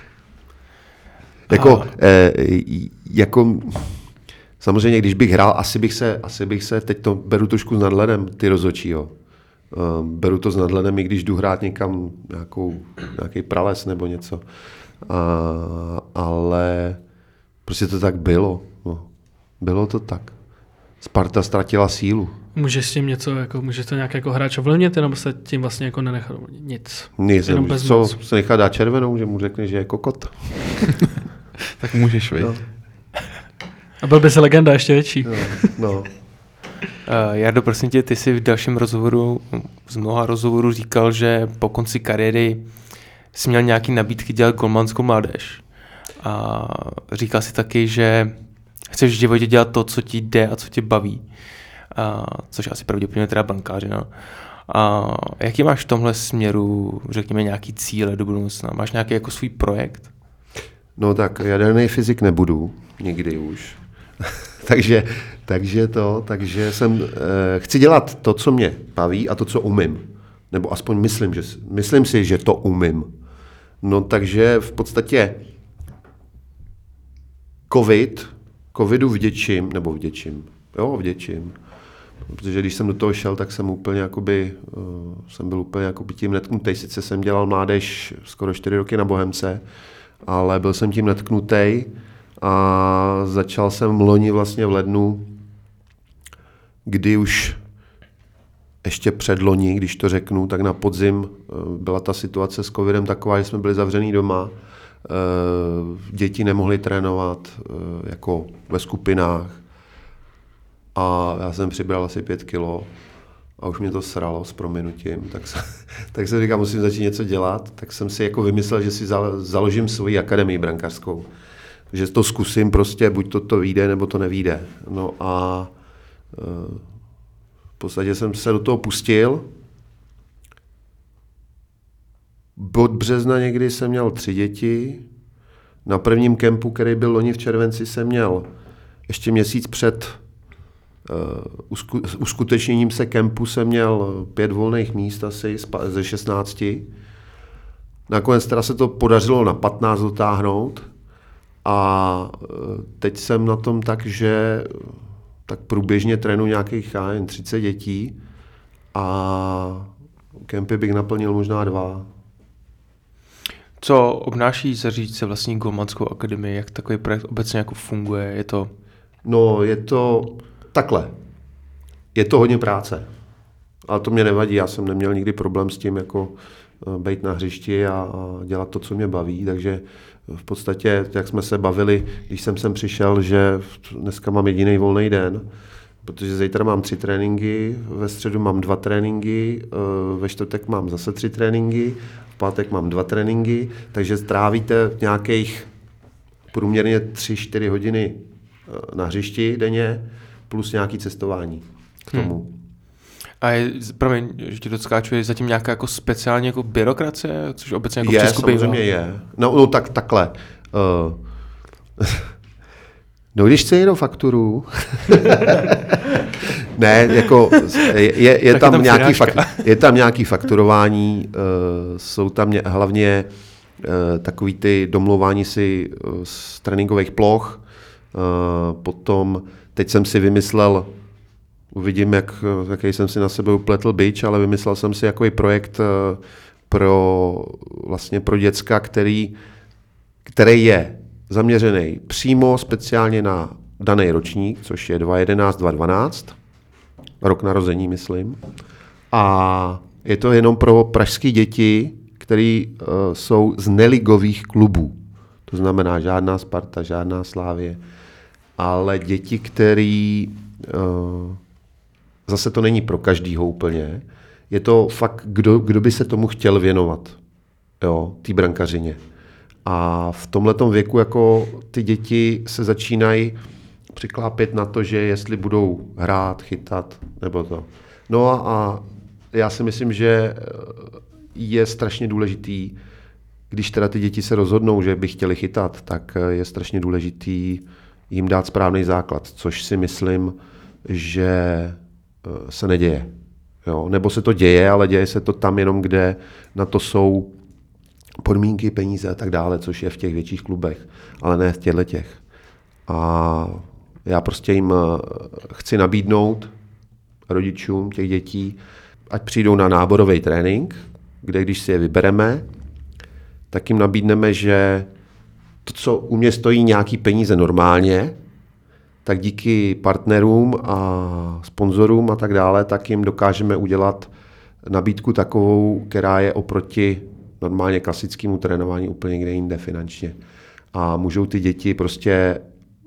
Jako, eh, jako, samozřejmě, když bych hrál, asi bych se, asi bych se, teď to beru trošku s nadhledem, ty rozhodčího. Uh, beru to s nadhledem, i když jdu hrát někam nějakou, nějaký prales nebo něco. Uh, ale prostě to tak bylo. No. Bylo to tak. Sparta ztratila sílu. Můžeš s tím něco, jako, můžeš to nějak jako hráč ovlivnit, nebo se tím vlastně jako nenechal nic? Nic, jenom bez co moc. Se nechá dát červenou, že mu řekne, že je kokot. Tak můžeš, vidět. No. A byl by se legenda ještě větší. No, no. Uh, Jardo, prosím tě, ty jsi v dalším rozhovoru, z mnoha rozhovorů říkal, že po konci kariéry jsi měl nějaký nabídky dělat golmanskou mládež. A říkal si taky, že chceš v životě dělat to, co ti jde a co tě baví. A, což asi pravděpodobně teda brankářina. A jaký máš v tomhle směru, řekněme, nějaký cíle do budoucna? Máš nějaký jako svůj projekt? No tak jaderný fyzik nebudu, nikdy už. takže, takže to, takže jsem, eh, chci dělat to, co mě baví a to, co umím. Nebo aspoň myslím, že, myslím si, že to umím. No takže v podstatě covid, covidu vděčím, nebo vděčím, jo, vděčím. Protože když jsem do toho šel, tak jsem úplně jakoby, uh, jsem byl úplně jakoby tím netknutý. Sice jsem dělal mládež skoro čtyři roky na Bohemce, ale byl jsem tím netknutý a začal jsem loni vlastně v lednu, kdy už ještě před loni, když to řeknu, tak na podzim uh, byla ta situace s covidem taková, že jsme byli zavřený doma, uh, děti nemohly trénovat uh, jako ve skupinách. A já jsem přibral asi pět kilo a už mě to sralo s prominutím, tak, se, tak jsem říkal, musím začít něco dělat, tak jsem si jako vymyslel, že si založím svoji akademii brankářskou, že to zkusím prostě, buď to to vyjde, nebo to nevyjde. No a v podstatě jsem se do toho pustil. Od března někdy jsem měl tři děti, na prvním kempu, který byl loni v červenci, jsem měl ještě měsíc před Uh, uskutečněním se kempu jsem měl pět volných míst asi ze šestnácti. Nakonec teda se to podařilo na patnáct dotáhnout a uh, teď jsem na tom tak, že tak průběžně trénu nějakých jen třicet dětí a kempy bych naplnil možná dva. Co obnáší zařídit se vlastní golmanskou akademii? Jak takový projekt obecně jako funguje? Je to... No, je to... Takhle. Je to hodně práce. Ale to mě nevadí. Já jsem neměl nikdy problém s tím, jako být na hřišti a, a dělat to, co mě baví. Takže v podstatě, jak jsme se bavili, když jsem sem přišel, že dneska mám jediný volný den, protože zítra mám tři tréninky, ve středu mám dva tréninky, ve čtvrtek mám zase tři tréninky, v pátek mám dva tréninky, takže strávíte nějakých průměrně tři čtyři hodiny na hřišti denně, plus nějaké cestování k tomu. Hmm. A je, promiň, že ti dodskáču, je zatím nějaká jako speciální jako byrokracie, což obecně jako je, v Česku bývá? samozřejmě je. No, no tak takhle. Uh, no když chce jenom fakturu, ne, jako je, je, je, tam, tam nějaký fakt, je tam nějaký fakturování, uh, jsou tam mě, hlavně uh, takový ty domlouvání si uh, z tréninkových ploch, uh, potom teď jsem si vymyslel, uvidím, jak, jaký jsem si na sebe upletl bič, ale vymyslel jsem si takový projekt pro, vlastně pro děcka, který, který je zaměřený přímo speciálně na daný ročník, což je dva jedenáct dva dvanáct, rok narození, myslím. A je to jenom pro pražské děti, které uh, jsou z neligových klubů. To znamená žádná Sparta, žádná Slávie, ale děti, který uh, zase to není pro každýho úplně. Je to fakt, kdo, kdo by se tomu chtěl věnovat, jo, té brankařině. A v tomhletom věku jako ty děti se začínají přiklápět na to, že jestli budou hrát, chytat, nebo to. No a, a já si myslím, že je strašně důležitý, když teda ty děti se rozhodnou, že by chtěli chytat, tak je strašně důležitý jim dát správný základ, což si myslím, že se neděje. Jo? Nebo se to děje, ale děje se to tam jenom, kde na to jsou podmínky, peníze a tak dále, což je v těch větších klubech, ale ne v těchto těch. A já prostě jim chci nabídnout rodičům těch dětí, ať přijdou na náborový trénink, kde když si je vybereme, tak jim nabídneme, že to, co u mě stojí nějaký peníze normálně, tak díky partnerům a sponzorům a tak dále, tak jim dokážeme udělat nabídku takovou, která je oproti normálně klasickému trénování úplně někde jinde finančně. A můžou ty děti prostě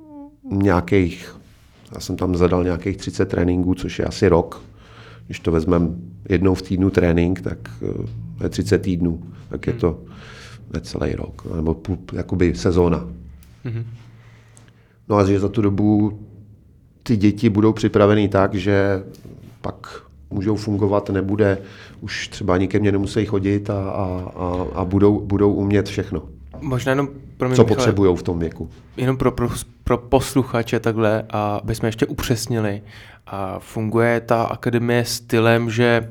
nějakých, já jsem tam zadal nějakých třicet tréninků, což je asi rok. Když to vezmeme jednou v týdnu trénink, tak je třicet týdnů, tak je to necelý rok, nebo půl, jakoby sezóna. Mm-hmm. No a že za tu dobu ty děti budou připraveny tak, že pak můžou fungovat, nebude, už třeba ani ke mně nemusí chodit a, a, a, a budou, budou umět všechno. Možná jenom pro mě, co Michale, potřebujou v tom věku. Jenom pro, pro, pro posluchače takhle, a bychom ještě upřesnili. A funguje ta akademie stylem, že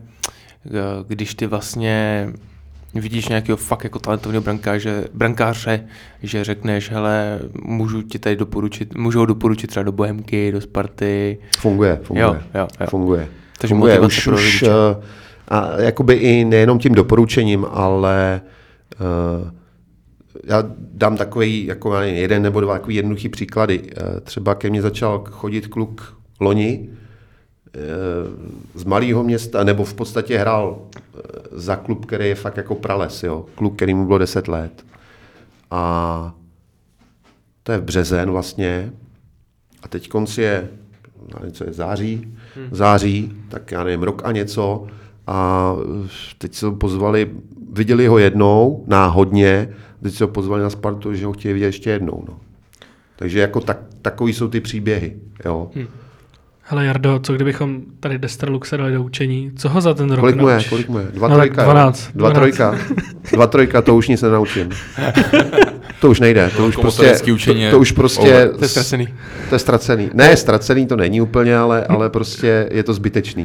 když ty vlastně vidíš nějakého fakt jako talentovního brankáře, brankáře, že řekneš, hele, můžu ti tady doporučit, můžu ho doporučit třeba do Bohemky, do Sparty. Funguje, funguje. Jo, jo, jo. Funguje. Takže funguje už, už a jakoby i nejenom tím doporučením, ale uh, já dám takový, jako jeden nebo dva takový jednoduchý příklady. Uh, třeba ke mně začal chodit kluk loni z malého města, nebo v podstatě hrál za klub, který je fakt jako prales, jo. Klub, který mu bylo deset let. A to je v březen vlastně. A teď konci je, co je září, hmm. září, tak já nevím, rok a něco. A teď se ho pozvali, viděli ho jednou, náhodně, teď se ho pozvali na Spartu, že ho chtějí vidět ještě jednou. No. Takže jako tak, takový jsou ty příběhy, jo. Hmm. Hele Jardo, co kdybychom tady Destrluxe dali do učení? Co ho za ten rok kolik mu je, naučíš? kolik mu je? Dva no, trojka, dvanáct, Dva dvanáct. trojka. Dva trojka, to už nic nenaučím. To už nejde. To už prostě, to, to už prostě... To je ztracený. To je ztracený. Ne, ztracený to není úplně, ale, ale prostě je to zbytečný.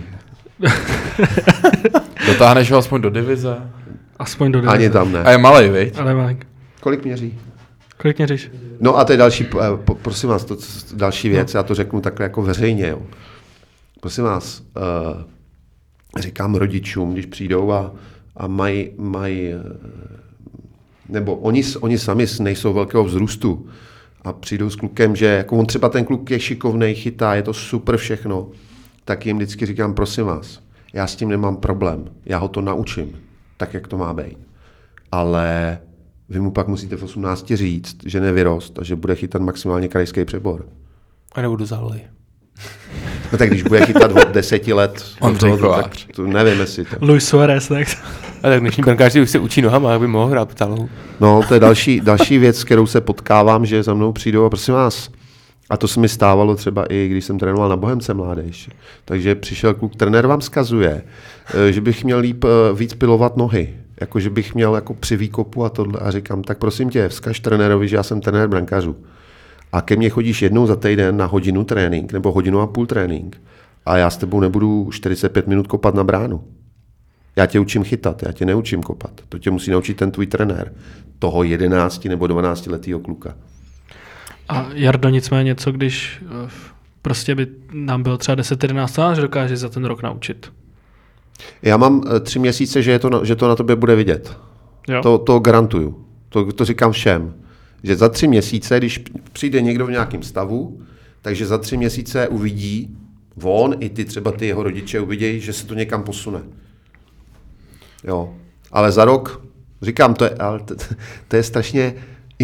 Dotáhneš ho aspoň do divize? Aspoň do divize. Ani tam ne. A je malej, viď? Ale malý. Kolik měří? Kolik měříš? No a to je další, prosím vás, to, další věc, já to řeknu takhle jako veřejně. Jo. Prosím vás, uh, říkám rodičům, když přijdou a, a mají, maj, nebo oni, oni sami nejsou velkého vzrůstu a přijdou s klukem, že jako on třeba ten kluk je šikovnej, chytá, je to super všechno, tak jim vždycky říkám, prosím vás, já s tím nemám problém, já ho to naučím, tak jak to má být. Ale vy mu pak musíte v osmnácti říct, že nevyrost a že bude chytat maximálně krajský přebor. A nebo do zálohy. No tak když bude chytat od deseti let, On to, tak to nevím, jestli to. Luis Suárez, tak. A tak dnešní brankáři už se učí nohama, jak by mohl hrát v zálohu. No, to je další, další věc, s kterou se potkávám, že za mnou přijdou a prosím vás, a to se mi stávalo třeba i když jsem trénoval na Bohemce mládež. Takže přišel kluk, trenér vám vzkazuje, že bych měl líp víc pilovat nohy. Jako, že bych měl jako při výkopu a tohle. A říkám, tak prosím tě, vzkaž trenérovi, že já jsem trenér brankářů. A ke mně chodíš jednou za týden na hodinu trénink, nebo hodinu a půl trénink. A já s tebou nebudu čtyřicet pět minut kopat na bránu. Já tě učím chytat, já tě neučím kopat. To tě musí naučit ten tvůj trenér. Toho jedenácti nebo dvanáctiletého kluka. A Jardo, nicméně, co když prostě by nám bylo třeba deset jedenáct, že dokáže za ten rok naučit? Já mám tři měsíce, že, je to, že to na tobě bude vidět. Jo. To, to garantuju. To, to říkám všem. Že za tři měsíce, když přijde někdo v nějakém stavu, takže za tři měsíce uvidí, on i ty třeba ty jeho rodiče uvidějí, že se to někam posune. Jo. Ale za rok, říkám, to je, ale to, to je strašně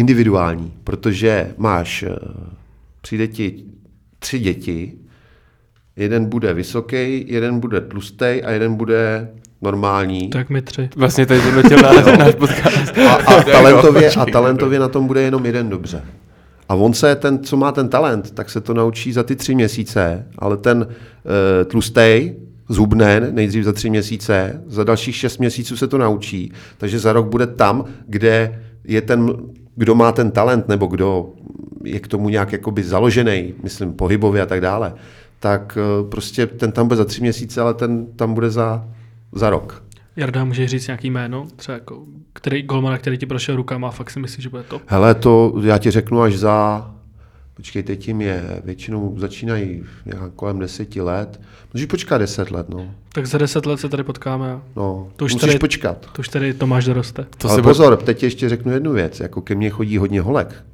individuální, protože máš, přijde ti tři děti jeden bude vysoký, jeden bude tlustý a jeden bude normální. Tak my tři. Vlastně tady zhodnotil náš, náš podcast. A, a, talentově, a talentově na tom bude jenom jeden dobře. A on se, ten, co má ten talent, tak se to naučí za ty tři měsíce, ale ten e, tlustej, zhubnen, nejdřív za tři měsíce, za dalších šest měsíců se to naučí, takže za rok bude tam, kde je ten, kdo má ten talent, nebo kdo je k tomu nějak jakoby založený, myslím pohybově a tak dále, tak e, prostě ten tam bude za tři měsíce, ale ten tam bude za, za rok. Jarda, můžeš říct nějaký jméno? Třeba jako, který golmana, který ti prošel rukama a fakt si myslíš, že bude top? Hele, to já ti řeknu až za, počkej, teď jim je, většinou začínají nějak kolem deseti let. Můžeš počkat deset let, no. Tak za deset let se tady potkáme. No, to už musíš tady, počkat. To už tady Tomáš doroste. To Ale si pozor, teď ti ještě řeknu jednu věc. Jako ke mně chodí hodně holek,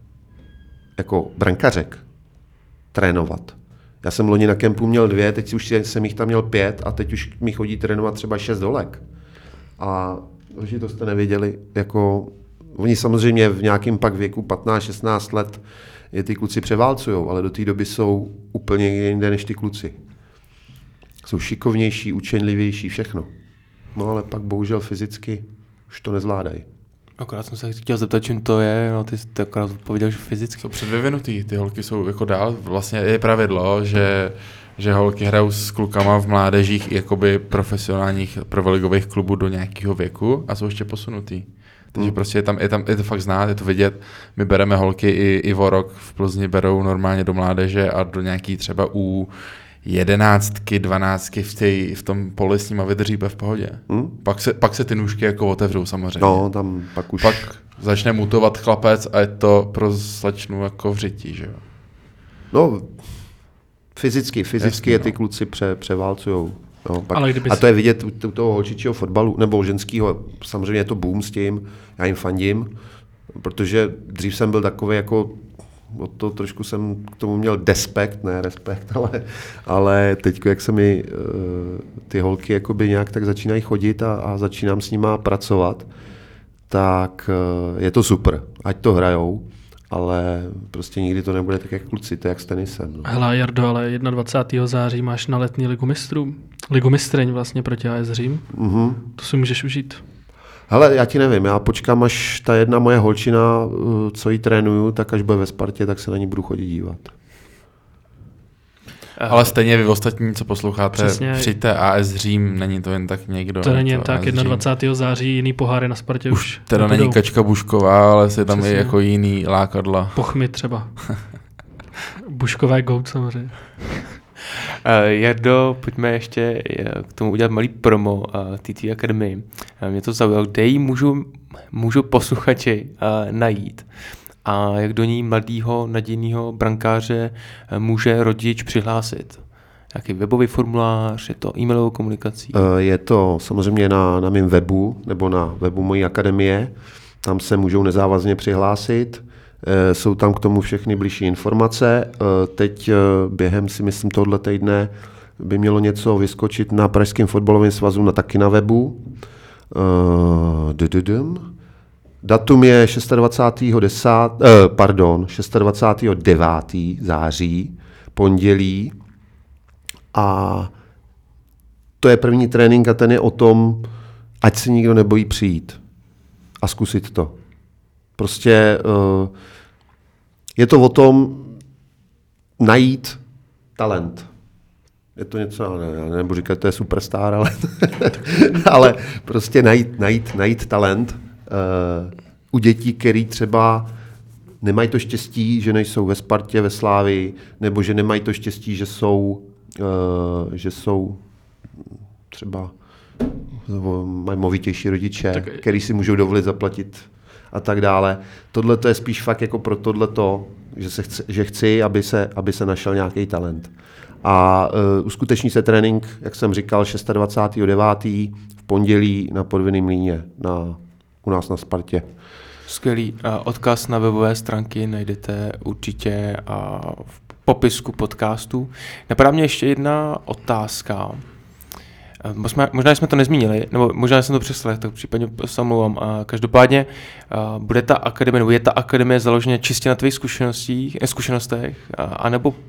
jako brankařek, trénovat. Já jsem loni na kempu měl dvě, teď už jsem jich tam měl pět a teď už mi chodí trénovat třeba šest holek. A že to jste nevěděli, jako oni samozřejmě v nějakém pak věku patnáct šestnáct let je ty kluci převálcujou, ale do té doby jsou úplně jinde než ty kluci. Jsou šikovnější, učenlivější, všechno. No ale pak bohužel fyzicky už to nezvládají. Akorát jsem se chtěl zeptat, čím to je, no ty jsi akorát odpověděl, že fyzicky. Jsou předvyvinutý, ty holky jsou jako dál, vlastně je pravidlo, že že holky hrajou s klukama v mládežích i jakoby profesionálních prvoligových klubů do nějakého věku a jsou ještě posunutý. Takže mm. prostě je tam, je tam, je to fakt znát, je to vidět. My bereme holky i, i o rok v Plzni berou normálně do mládeže a do nějaký třeba u jedenáctky, dvanáctky v, tej, v tom poli s nima vydržíme v pohodě. Mm. Pak, se, pak se ty nůžky jako otevřou samozřejmě. No, tam pak už... Pak začne mutovat chlapec a je to pro slečnu jako vřití, že jo. No, fyzicky, fyzicky Jasně, je ty no. kluci pře, převálcujou. No, pak, Ale kdyby a si... to je vidět u, u toho holčičího fotbalu, nebo ženského, samozřejmě je to boom s tím, já jim fandím, protože dřív jsem byl takový jako, od toho trošku jsem k tomu měl despekt, ne respekt, ale, ale teď, jak se mi uh, ty holky jakoby nějak tak začínají chodit a, a začínám s nima pracovat, tak uh, je to super, ať to hrajou, ale prostě nikdy to nebude tak jak kluci, to je jak s tenisem. No. Hele Jardo, ale dvacátého prvního září máš na letní ligu mistrů. Ligu mistryň vlastně proti á es Řím. Mm-hmm. To si můžeš užít. Hele, já ti nevím, já počkám, až ta jedna moje holčina, co jí trénuju, tak až bude ve Spartě, tak se na ní budu chodit dívat. Ale stejně vy ostatní, co posloucháte, Přesně. přijďte á es Řím, není to jen tak někdo. To není jen to tak, á es Řím. dvacátého prvního září jiný poháry na Spartě už, Už teda nebudou. není Kačka Bušková, ale je tam Přesně. i jako jiný lákadla. Pochmy třeba. Buškové gout samozřejmě. Uh, Jardo, pojďme ještě k tomu udělat malý promo uh, té tvý akademii. Uh, mě to zaujalo, kde ji můžu, můžu posluchači uh, najít a jak do ní mladýho, nadějného brankáře uh, může rodič přihlásit. Jaký webový formulář, je to e-mailovou komunikací? Uh, je to samozřejmě na, na mém webu, nebo na webu mojí akademie, tam se můžou nezávazně přihlásit. Jsou tam k tomu všechny bližší informace. Teď během, si myslím, tohoto týdne by mělo něco vyskočit na Pražském fotbalovém svazu, na taky na webu. Datum je dvacátého šestého desátého pardon, dvacátého šestého devátého září, pondělí. A to je první trénink a ten je o tom, ať se nikdo nebojí přijít a zkusit to. Prostě uh, je to o tom najít talent. Je to něco, já, ne, já nebudu říkat, že to je superstar, ale, ale prostě najít, najít, najít talent uh, u dětí, který třeba nemají to štěstí, že nejsou ve Spartě, ve Slávii, nebo že nemají to štěstí, že jsou, uh, že jsou třeba mají movitější rodiče, tak... který si můžou dovolit zaplatit a tak dále. Tohle to je spíš fakt jako pro tohleto, že, se chci, že chci, aby se, aby se našel nějaký talent. A uh, uskuteční se trénink, jak jsem říkal, dvacátého šestého devátého v pondělí na Podvinný Mlýně, na, u nás na Spartě. Skvělý. Odkaz na webové stránky najdete určitě v popisku podcastu. Napadá mě ještě jedna otázka. Možná jsme to nezmínili, nebo možná jsem to přeslech, tak případně se omlouvám. Každopádně bude ta akademie, nebo je ta akademie založena čistě na tvých zkušenostech, zkušenostech, anebo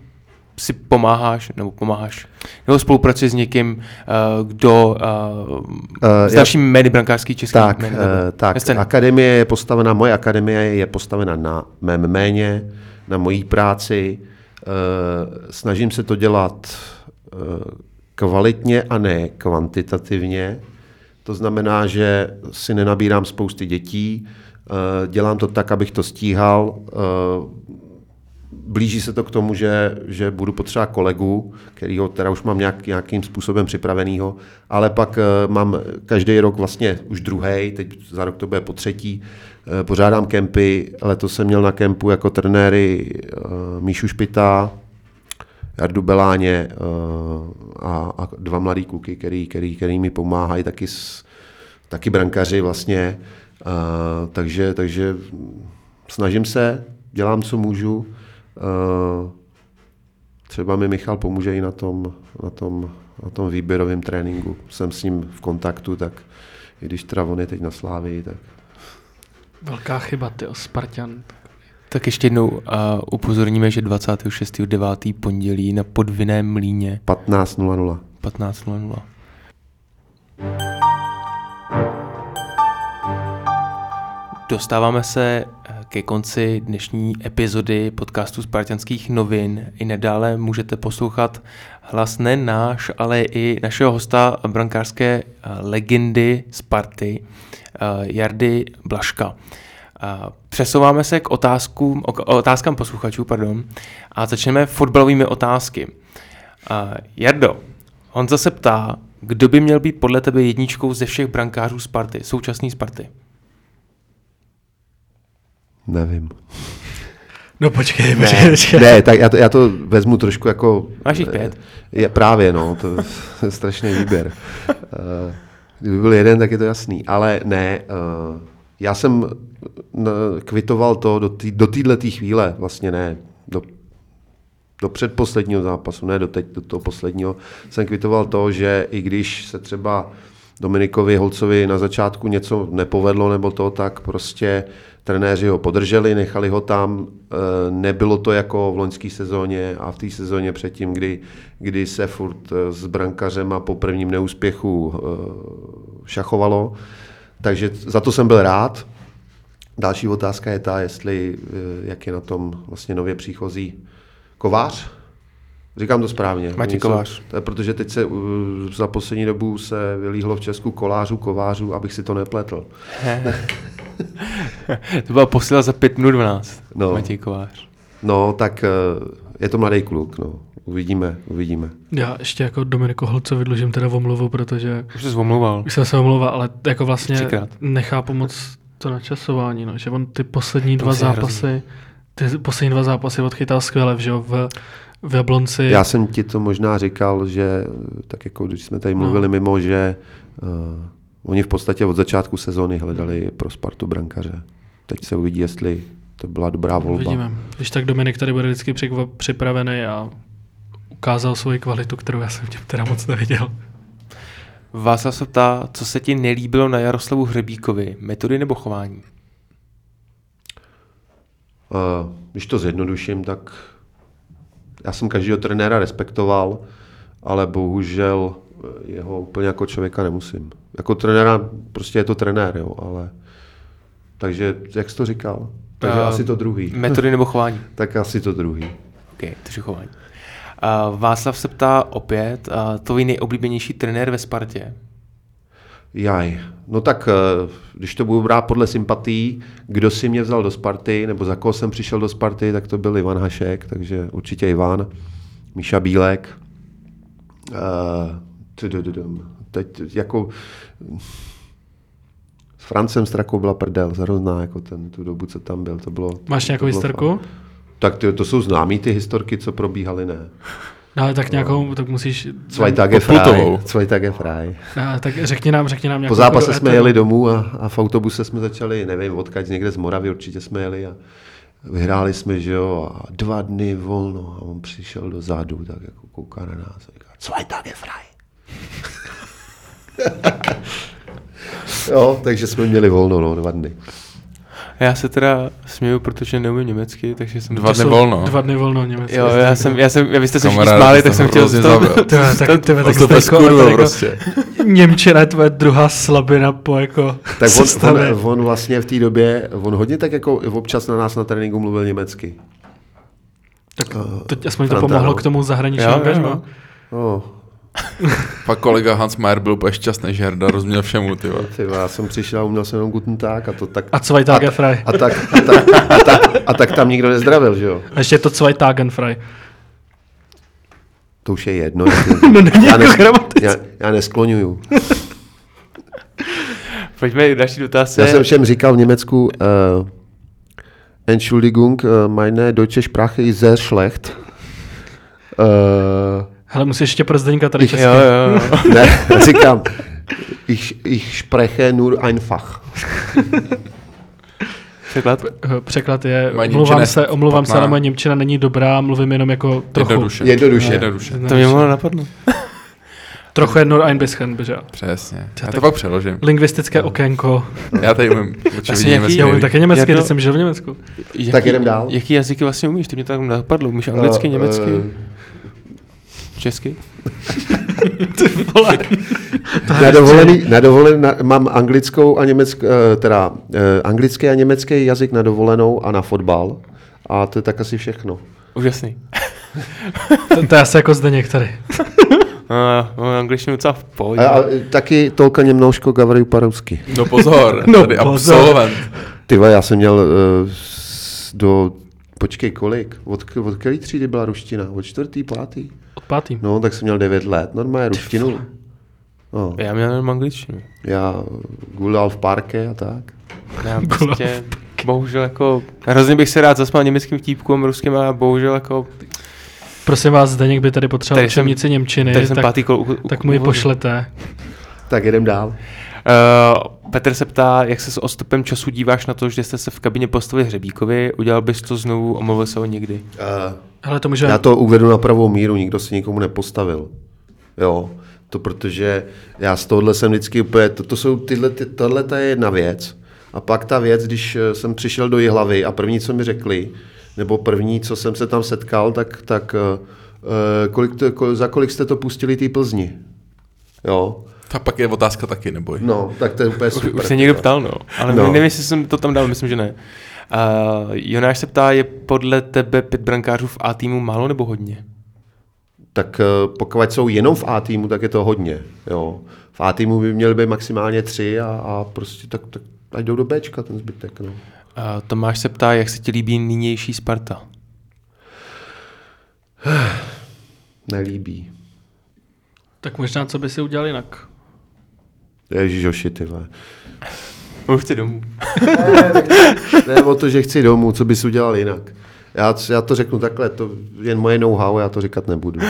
si pomáháš, nebo pomáháš, nebo spolupracuješ s někým, uh, kdo uh, s dalšími jmény brankářský český tak, jmény, uh, tak, akademie je postavena, moje akademie je postavena na mém jméně, na mojí práci. Uh, snažím se to dělat uh, kvalitně a ne kvantitativně. To znamená, že si nenabírám spousty dětí, uh, dělám to tak, abych to stíhal. Uh, Blíží se to k tomu, že, že budu potřebovat kolegu, kterýho teda už mám nějak, nějakým způsobem připravenýho, ale pak uh, mám každý rok vlastně už druhý, teď za rok to bude po třetí, uh, pořádám kempy, letos jsem měl na kempu jako trenéry uh, Míšu Špita, Jardu Beláně uh, a, a dva mladý kluky, který, který, který mi pomáhají, taky, s, taky brankaři vlastně, uh, takže, takže snažím se, dělám, co můžu. Uh, třeba mi Michal pomůže i na tom, na tom, na tom výběrovém tréninku. Jsem s ním v kontaktu, tak i když teda on je teď na Slávii, tak... Velká chyba, tyjo, Spartan. Tak ještě jednou uh, upozorníme, že dvacátého šestého devátého pondělí na Podvinném Mlýně. patnáct nula nula. patnáct nula nula. Dostáváme se ke konci dnešní epizody podcastu Spartanských novin. I nadále můžete poslouchat hlas ne náš, ale i našeho hosta, brankářské legendy Sparty, Jardy Blažka. Přesouváme se k otázkům, otázkám posluchačů, pardon, a začneme fotbalovými otázky. Jardo, Honza se ptá, kdo by měl být podle tebe jedničkou ze všech brankářů Sparty, současný Sparty? Nevím. No počkej, ne, počkej, počkej. Ne, tak já to, já to vezmu trošku jako... Máš jich pět? Je, právě, no, to je strašný výběr. Kdyby byl jeden, tak je to jasný. Ale ne, já jsem kvitoval to do, tý, do této chvíle, vlastně ne, do, do předposledního zápasu, ne do teď, do toho posledního, jsem kvitoval to, že i když se třeba Dominikovi Holcovi na začátku něco nepovedlo nebo to, tak prostě trenéři ho podrželi, nechali ho tam. Nebylo to jako v loňské sezóně a v té sezóně předtím, kdy, kdy se furt s brankařem a po prvním neúspěchu šachovalo. Takže za to jsem byl rád. Další otázka je ta, jestli, jak je na tom vlastně nově příchozí Kovář. Říkám to správně. Matěj Kovář. To je, protože teď se za poslední dobu se vylíhlo v Česku kolářů, kovářů, abych si to nepletl. To byla posila za pět minut dvanáct. No. Matěj Kovář. No, tak je to mladý kluk, no. Uvidíme, uvidíme. Já ještě jako Dominiku Holcovi dlužím teda omluvu, protože... Už jsi omlouval. Už jsem se omlouval, ale jako vlastně Třikrát. nechápu moc to načasování, no. Že on ty poslední dva zápasy, ty poslední dva zápasy odchytal skvěle, že jo, v, v Jablonci. Já jsem ti to možná říkal, že tak jako když jsme tady mluvili no. mimo, že uh, oni v podstatě od začátku sezóny hledali pro Spartu brankaře. Teď se uvidí, jestli to byla dobrá volba. Vidíme. Když tak Dominik tady bude vždycky připravený a ukázal svoji kvalitu, kterou já jsem tě teda moc neviděl. Václav se ptá, co se ti nelíbilo na Jaroslavu Hřebíkovi, metody nebo chování? Uh, když to zjednoduším, tak já jsem každého trenéra respektoval, ale bohužel jeho úplně jako člověka nemusím. Jako trenéra, prostě je to trenér, jo, ale... Takže, jak jsi to říkal? Takže uh, asi to druhý. Metody nebo chování? Tak asi to druhý. Ok, takže chování. Uh, Václav se ptá opět, uh, tvůj nejoblíbenější trenér ve Spartě? Jaj, no tak když to budu brát podle sympatií, kdo si mě vzal do Sparty, nebo za koho jsem přišel do Sparty, tak to byl Ivan Hašek, takže určitě Ivan, Míša Bílek. Uh, teď jako s Francem Strakou byla prdel, hrozná, jako ten, tu dobu, co tam byl. To bylo, Máš nějakou historku? Tak ty, to jsou známý ty historky, co probíhaly, ne? No ale tak nějakou, tak musíš... Zwei Tage frei. Zwei Tage frei. No, tak řekni nám, řekni nám nějakou... Po zápase jsme jeli domů a, a v autobuse jsme začali, nevím, odkud, někde z Moravy určitě jsme jeli a vyhráli jsme, že jo, a dva dny volno a on přišel do zádu, tak jako kouká na nás a říká, Zwei Tage frei. Jo, takže jsme měli volno, no, dva dny. Já se teda směju, protože neumím německy, takže jsem... Dva dny volno. Dva dny volno německy. Jo, já jsem, já jsem, já vy jste se všichni Kamaráde, smáli, to tak jsem to chtěl hrozně z toho... zabil. To je tak, to je tak To to stejko, skurvil jako- prostě. Němčina je tvoje druhá slabina po jako Tak on, sestavě. on, on vlastně v té době, on hodně tak jako občas na nás na tréninku mluvil německy. Tak to, aspoň to Franta, pomohlo no. k tomu zahraničnímu Jo, jo, angažmá. jo. No, Pak kolega Hans Mayer byl úplně šťastný, že Herda rozuměl všemu, ty vole. ty, já jsem přišel a uměl jsem jenom Guten Tag a to tak... A Zweitag a, frei. a, tak, a, tak, a, tak, a tak tam nikdo nezdravil, že jo? A ještě to Zweitagen frei. To už je jedno. No není já, jako gramaticky. já, já neskloňuju. Pojďme k další dotaz. Já jsem všem říkal v Německu uh, Entschuldigung, uh, meine deutsche Sprache ist sehr schlecht. Uh, Hele, musíš ještě pro Zdeňka tady česky. Jo, jo, jo. ne, říkám, ich, ich spreche nur einfach. Překlad? Eh, Překlad je, Moje omlouvám němčina se, je omlouvám se, špatná. ale moje němčina není dobrá, mluvím jenom jako trochu. Jednoduše. Jednoduše. Jednoduše. To mě mohlo napadnout. Trochu je nur ein bisschen, běže. Přesně. Já tak- to pak přeložím. Lingvistické okénko. Já tady umím Asi očividně nějaký- německy. Já umím neví. také německy, Jedno- teď jsem žil v Německu. Jaký, Tak jedem dál. Jaký jazyky vlastně umíš? Ty mě tak napadlo. Umíš anglicky, Uh, německy, uh, česky? Na dovolený, na dovolený na, mám anglickou a německou, teda uh, anglický a německý jazyk na dovolenou a na fotbal. A to je tak asi všechno. Úžasný. To, to je asi jako Zdeněk tady. Uh, mám angličtinu docela v pohodě. A, a taky tolka němnožko gavaruju po-rusky. No pozor, No tady pozor. absolvent. Ty vole, já jsem měl uh, s- do, počkej, kolik? Od, k- od který třídy byla ruština? Od čtvrtý, pátý? Od pátý. No, tak jsem měl devět let. Normálně ruštinu. No, Já měl jenom angličtinu. já gulal v parke a tak. Já prostě, bohužel jako, hrozně bych se rád zasmál německým vtípkům, ruským, ale bohužel jako, Prosím vás, Zdeněk by tady potřeboval Tady jsem- učebnici němčiny, tady jsem tak, pátý kol u, u, tak mu ji u- pošlete. Tak jedem dál. Uh, Petr se ptá, jak se s odstupem času díváš na to, že jste se v kabině postavili Hřebíkovi, udělal bys to znovu, omluvil se ho někdy. Uh, Hele, to může... já to uvedu na pravou míru, nikdo si nikomu nepostavil. Jo, to protože já z tohohle jsem vždycky úplně, to, to jsou tyhle, ty, tohle je jedna věc. A pak ta věc, když eh, jsem přišel do Jihlavy a první, co mi řekli, nebo první, co jsem se tam setkal, tak, tak uh, kolik to, kol, za kolik jste to pustili té Plzni? Jo, A pak je otázka taky, neboj. no, tak to je úplně Už, super. už se někdo ptal, no. Ale No. no. nevím, jestli jsem to tam dal, myslím, že ne. Uh, Jonáš se ptá, je podle tebe pět brankářů v A týmu málo nebo hodně? Tak uh, pokud jsou jenom v A týmu, tak je to hodně. Jo. V A týmu by měly být maximálně tři a, a prostě tak, tak ať jdou do Bčka ten zbytek. No. Uh, Tomáš se ptá, jak se ti líbí nynější Sparta? Nelíbí. Tak možná, co by si udělal jinak? Ježišoši, ty vole. Už chci domů. Ne o to, že chci domů, co bys udělal jinak. Já, já to řeknu takhle, to je moje know-how, já to říkat nebudu.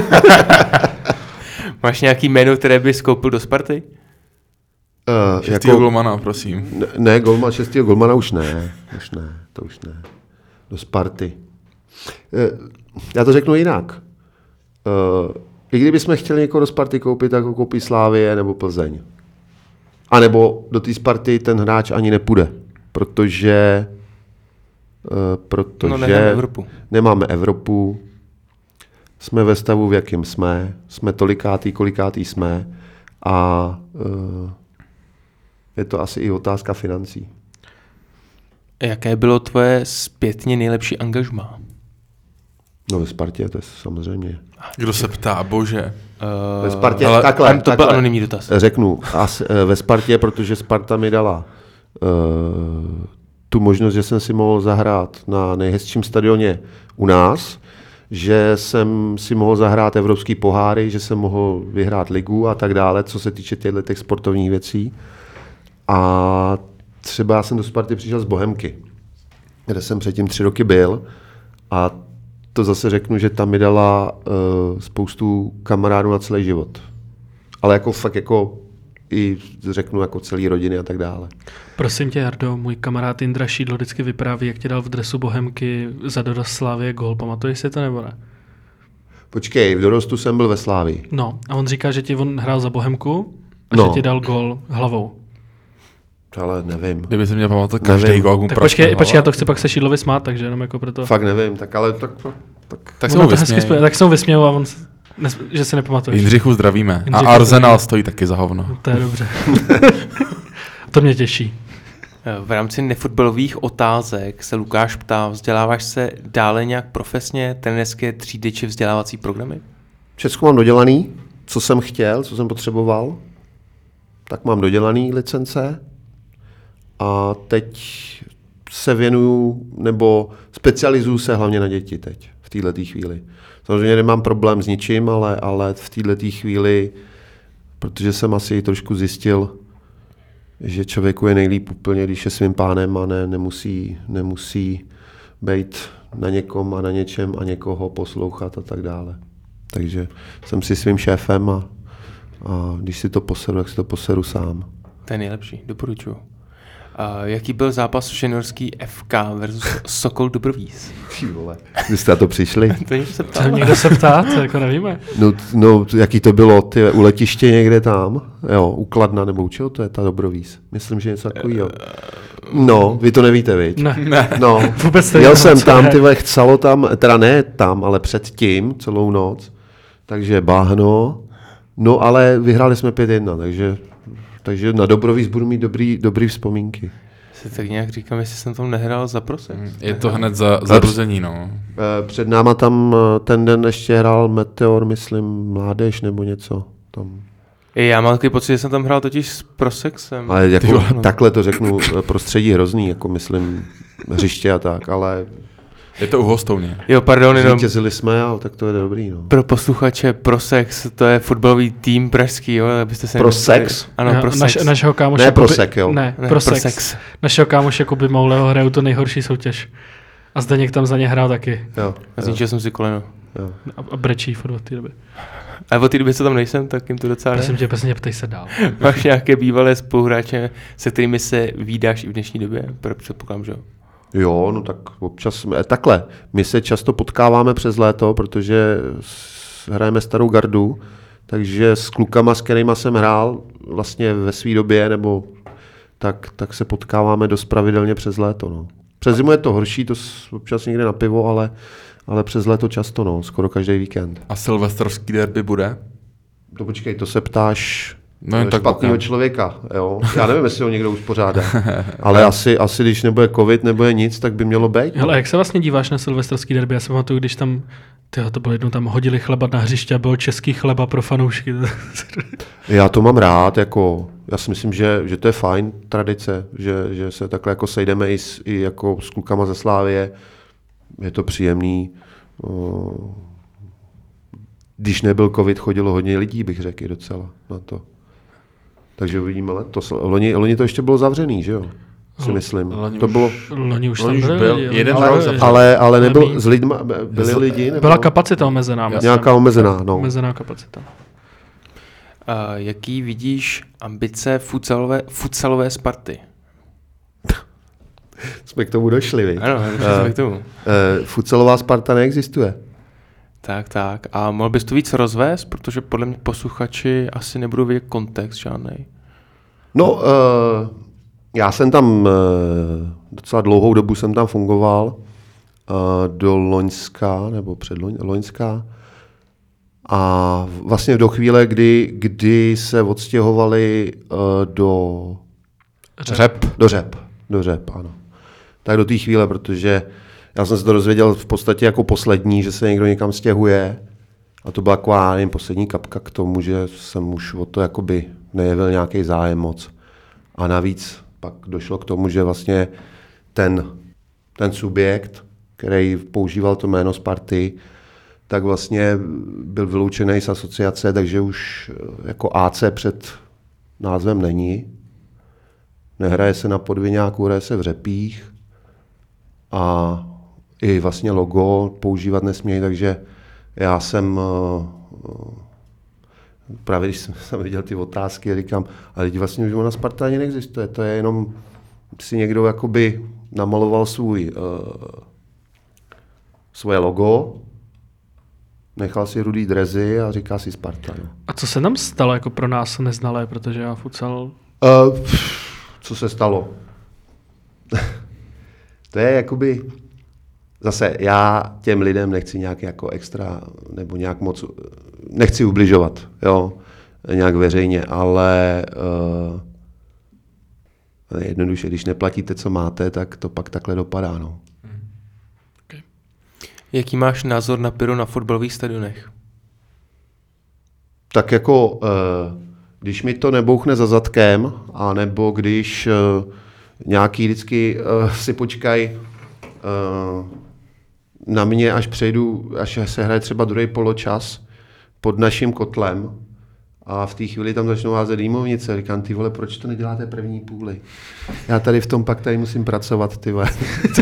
Máš nějaký jméno, které bys koupil do Sparty? Uh, Šestýho golmana, prosím. Ne, ne golman, šestýho golmana už ne. Už ne, to už ne. Do Sparty. Uh, já to řeknu jinak. Uh, I kdybychom chtěli někoho do Sparty koupit, tak ho koupí Slávie nebo Plzeň. A nebo do té Sparty ten hráč ani nepůjde, protože uh, protože No, nemáme Evropu. nemáme Evropu, jsme ve stavu, v jakém jsme, jsme tolikátý, kolikátý jsme a uh, je to asi i otázka financí. Jaké bylo tvoje zpětně nejlepší angažmá? No ve Spartě, to je samozřejmě. Kdo se ptá, bože. Uh, Ve Spartě, ale- takhle, to byl takhle. anonymní dotaz. Řeknu, as, eh, ve Spartě, protože Sparta mi dala uh, tu možnost, že jsem si mohl zahrát na nejhezčím stadioně u nás, že jsem si mohl zahrát evropský poháry, že jsem mohl vyhrát ligu a tak dále, co se týče těchto těch sportovních věcí. A třeba já jsem do Sparty přišel z Bohemky, kde jsem předtím tři roky byl a to zase řeknu, že tam mi dala uh, spoustu kamarádů na celý život. Ale jako fakt jako i řeknu jako celý rodiny a tak dále. Prosím tě, Jardo, můj kamarád Indra Šídlo vždycky vypráví, jak ti dal v dresu Bohemky za dorost Slávie gól. Pamatuješ si to nebo ne? Počkej, v dorostu jsem byl ve Slávii. No, a on říká, že ti on hrál za Bohemku a No. že ti dal gól hlavou. Ale nevím. Kdyby se mě pamatoval každý Nevím. gol, Tak počkej, počkej, já to chci pak se Šídlovi smát, takže jenom jako proto... Fakt nevím, tak ale tak... tak... tak se Ono mu to hezky vysměj. spě- tak se mu vysměju a on, s- nes- že si nepamatuješ. Jindřichu zdravíme. A Jindřichu Arsenal zdravíme. stojí taky za hovno. To je dobře. To mě těší. V rámci nefotbalových otázek se Lukáš ptá, vzděláváš se dále nějak profesně, trenérské třídy či vzdělávací programy? Všechno mám dodělaný, co jsem chtěl, co jsem potřeboval, tak mám dodělaný licence a teď se věnuju, nebo specializuju se hlavně na děti teď, v této chvíli. Samozřejmě nemám problém s ničím, ale, ale v této chvíli, protože jsem asi trošku zjistil, že člověku je nejlíp úplně, když je svým pánem a ne, nemusí, nemusí být na někom a na něčem a někoho poslouchat a tak dále. Takže jsem si svým šéfem a, a když si to poseru, tak si to poseru sám. To je nejlepší, doporučuji. A jaký byl zápas juniorský F K versus Sokol Dobrovíz? Ty vole, vy jste na to přišli? To někdo se To ptal. někdo se ptá, to jako nevíme. No, no, jaký to bylo, ty, u letiště někde tam, jo, u Kladna, nebo u čeho to je ta Dobrovíz? Myslím, že něco takového. No, vy to nevíte, viď? Ne, No, vůbec to jel nevím, jsem co tam, je. ty vole, chcelo tam, teda ne tam, ale předtím, celou noc, takže bahno, no ale vyhráli jsme pět jedna, takže, takže na Dobrovíz budu mít dobrý, dobrý vzpomínky. Si tak nějak říkám, jestli jsem tam nehrál za prosek. Je to hned za zarození, no. Eh, Před náma tam eh, ten den ještě hrál Meteor, myslím, Mládež nebo něco tam. Já mám takový pocit, že jsem tam hrál totiž s Prosexem. Ale jako, vole, no. takhle to řeknu, eh, prostředí hrozný, jako myslím hřiště a tak, ale Je to u Hostouně. Jo, pardon, jenom zvítězili jsme, ale tak to je dobrý, no. pro posluchače Prosex, to je fotbalový tým pražský, jo, abyste se... Prosex? Ano, Ja, Prosex. naš, našeho kámoše... Ne Kuby- Prosek, jo. Ne, Ne, Prosex. Prosex. Našeho kámoše Kuby Mouleho hrajou tu nejhorší soutěž. A Zdeněk tam za ně hrál taky. Jo, A zničil jsem si koleno. jo. A, a brečí furt od té doby. A od té doby, co tam nejsem, tak jim to docela Prosím ne. tě, prosím tě, ptej se dál. Máš nějaké bývalé spoluhráče, se kterými se vídáš i v dnešní době? Pro- Předpokládám, že jo. Jo, no tak občas, eh, takhle, my se často potkáváme přes léto, protože s- hrajeme starou gardu, takže s klukama, s kterýma jsem hrál vlastně ve své době, nebo tak, tak se potkáváme dost pravidelně přes léto, no. Přes zimu je to horší, to s- občas někde na pivo, ale, ale přes léto často, no, skoro každý víkend. A silvestrovský derby bude? To počkej, to se ptáš No jen no, tak špatného bokem. člověka, jo. Já nevím, jestli ho někdo uspořádá, ale asi, asi když nebude covid, nebude nic, tak by mělo být. no. Hele, jak se vlastně díváš na silvestrovský derby? Já si pamatuju, když tam, tyjo, to bylo jednou, tam hodili chleba na hřiště a bylo český chleba pro fanoušky. Já to mám rád, jako, já si myslím, že, že to je fajn tradice, že, že se takhle jako sejdeme i s, i jako s klukama ze Slávie, je to příjemný. O, Když nebyl covid, chodilo hodně lidí, bych řekl i docela na to. Takže uvidíme letos. Loni, loni to ještě bylo zavřený, že jo? Si myslím. Loni To už- bylo, Loni už Loni tam už byli byl. lidi, Jeden ale- rok ale- zavřený. ale, ale nebyl Nemí. s lidma, byli Z- lidi? Nebo? Byla kapacita omezená. myslím. Nějaká omezená, no. Omezená kapacita. A jaký vidíš ambice futsalové, futsalové Sparty? Jsme k tomu došli, vy. Ano, došli jsme k tomu. Uh, futsalová Sparta neexistuje. Tak, tak. A mohl bys to víc rozvést, protože podle mě posluchači asi nebudou vědět kontext žádnej. No, uh, já jsem tam uh, docela dlouhou dobu jsem tam fungoval uh, do Loňska, nebo před Loň, Loňska. A vlastně do chvíle, kdy, kdy se odstěhovali uh, do Řep. do Řep, do Řep, ano. Tak do té chvíle, protože já jsem se to dozvěděl v podstatě jako poslední, že se někdo někam stěhuje. A to byla taková, nevím, poslední kapka k tomu, že jsem už o to jakoby nejevil nějaký zájem moc. A navíc pak došlo k tomu, že vlastně ten, ten subjekt, který používal to jméno Sparty, tak vlastně byl vyloučený z asociace, takže už jako A C před názvem není. Nehraje se na Podviňáku, hraje se v Řepích a i vlastně logo používat nesmějí, takže já jsem uh, právě, když jsem, jsem viděl ty otázky a říkám, ale lidi vlastně už ona Sparta ani neexistuje, to je jenom si někdo jakoby namaloval svůj, uh, svoje logo, nechal si rudý drezy a říká si Sparta. No. A co se nám stalo jako pro nás neznalé, protože já futsal... Uh, Co se stalo? To je jakoby... Zase já těm lidem nechci nějak jako extra, nebo nějak moc... Nechci ubližovat, jo, nějak veřejně, ale... Uh, jednoduše, když neplatíte, co máte, tak to pak takhle dopadá, no. Okay. Jaký máš názor na pyro na fotbalových stadionech? Tak jako, uh, když mi to nebouchne za zadkem, anebo když uh, nějaký vždycky uh, si počkají uh, na mě, až přejdu, až se hraje třeba druhý poločas pod naším kotlem a v té chvíli tam začnou házet dýmovnice. Říkám, ty vole, proč to neděláte první půli? Já tady v tom pak tady musím pracovat, ty vole.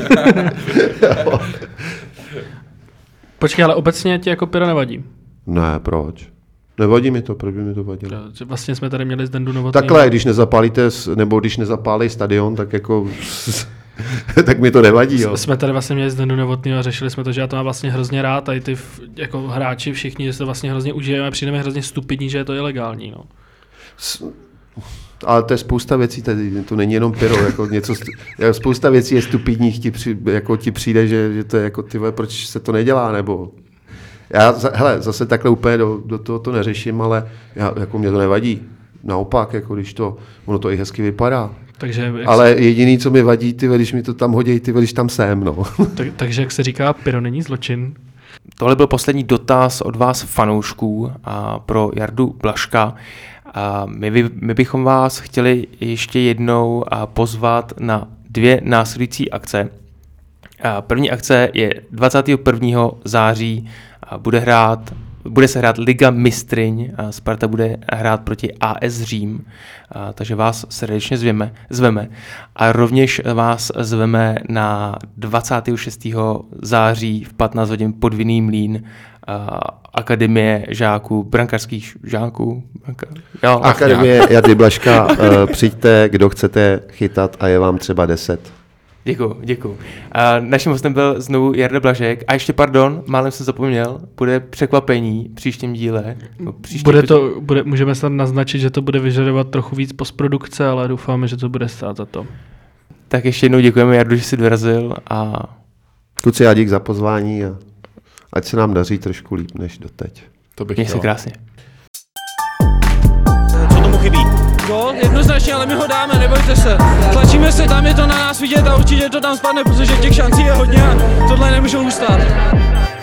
Počkej, ale obecně ti jako pyro nevadí? Ne, proč? Nevadí mi to, proč by mi to vadilo? Vlastně jsme tady měli Zdendu Novotný. Takhle, když nezapálíte, nebo když nezapálí stadion, tak jako... tak mi to nevadí, jo. Jsme tady vlastně měli Zdendu Novotnýho a řešili jsme to, že já to mám vlastně hrozně rád a i ty jako hráči všichni, že se to vlastně hrozně užijeme a přijdeme hrozně stupidní, že je to ilegální, no. Ale to je spousta věcí, tady to není jenom pyro, jako něco, spousta věcí je stupidních, ti, při, jako ti přijde, že, že to je jako, ty vole, proč se to nedělá, nebo... Já, hele, zase takhle úplně do, do toho to neřeším, ale já, jako mě to nevadí. Naopak, jako když to, ono to i hezky vypadá. Takže, ale se... jediný, co mi vadí, ty, když mi to tam hodí, ty, když tam jsem, no. Tak, takže, jak se říká, pyro není zločin. Tohle byl poslední dotaz od vás fanoušků a pro Jardu Blažka. A my, my bychom vás chtěli ještě jednou pozvat na dvě následující akce. A první akce je dvacátého prvního září a bude hrát Bude se hrát Liga mistryň a Sparta bude hrát proti A S Řím, a takže vás srdečně zveme, zveme. A rovněž vás zveme na dvacátého šestého září v patnáct hodin pod Vinný Mlýn Akademie žáků, brankářských žáků. Branka, jo, Akademie Jardy Blažka, přijďte, kdo chcete chytat a je vám třeba deset. Děkuju, děkuju. A naším hostem byl znovu Jarda Blažek. A ještě pardon, málem jsem zapomněl, bude překvapení v příštím díle. No, příští bude to, bude, můžeme snad naznačit, že to bude vyžadovat trochu víc postprodukce, ale doufáme, že to bude stát za to. Tak ještě jednou děkujeme, Jardu, že jsi dorazil. A... Kluci, já dík za pozvání a ať se nám daří trošku líp než doteď. To bych Měj se krásně. Co tomu chybí? Gól, jednoznačně, ale my ho dáme, nebojte se. Tlačíme se, tam je to na nás vidět a určitě to tam spadne, protože těch šancí je hodně a tohle nemůžou ustát.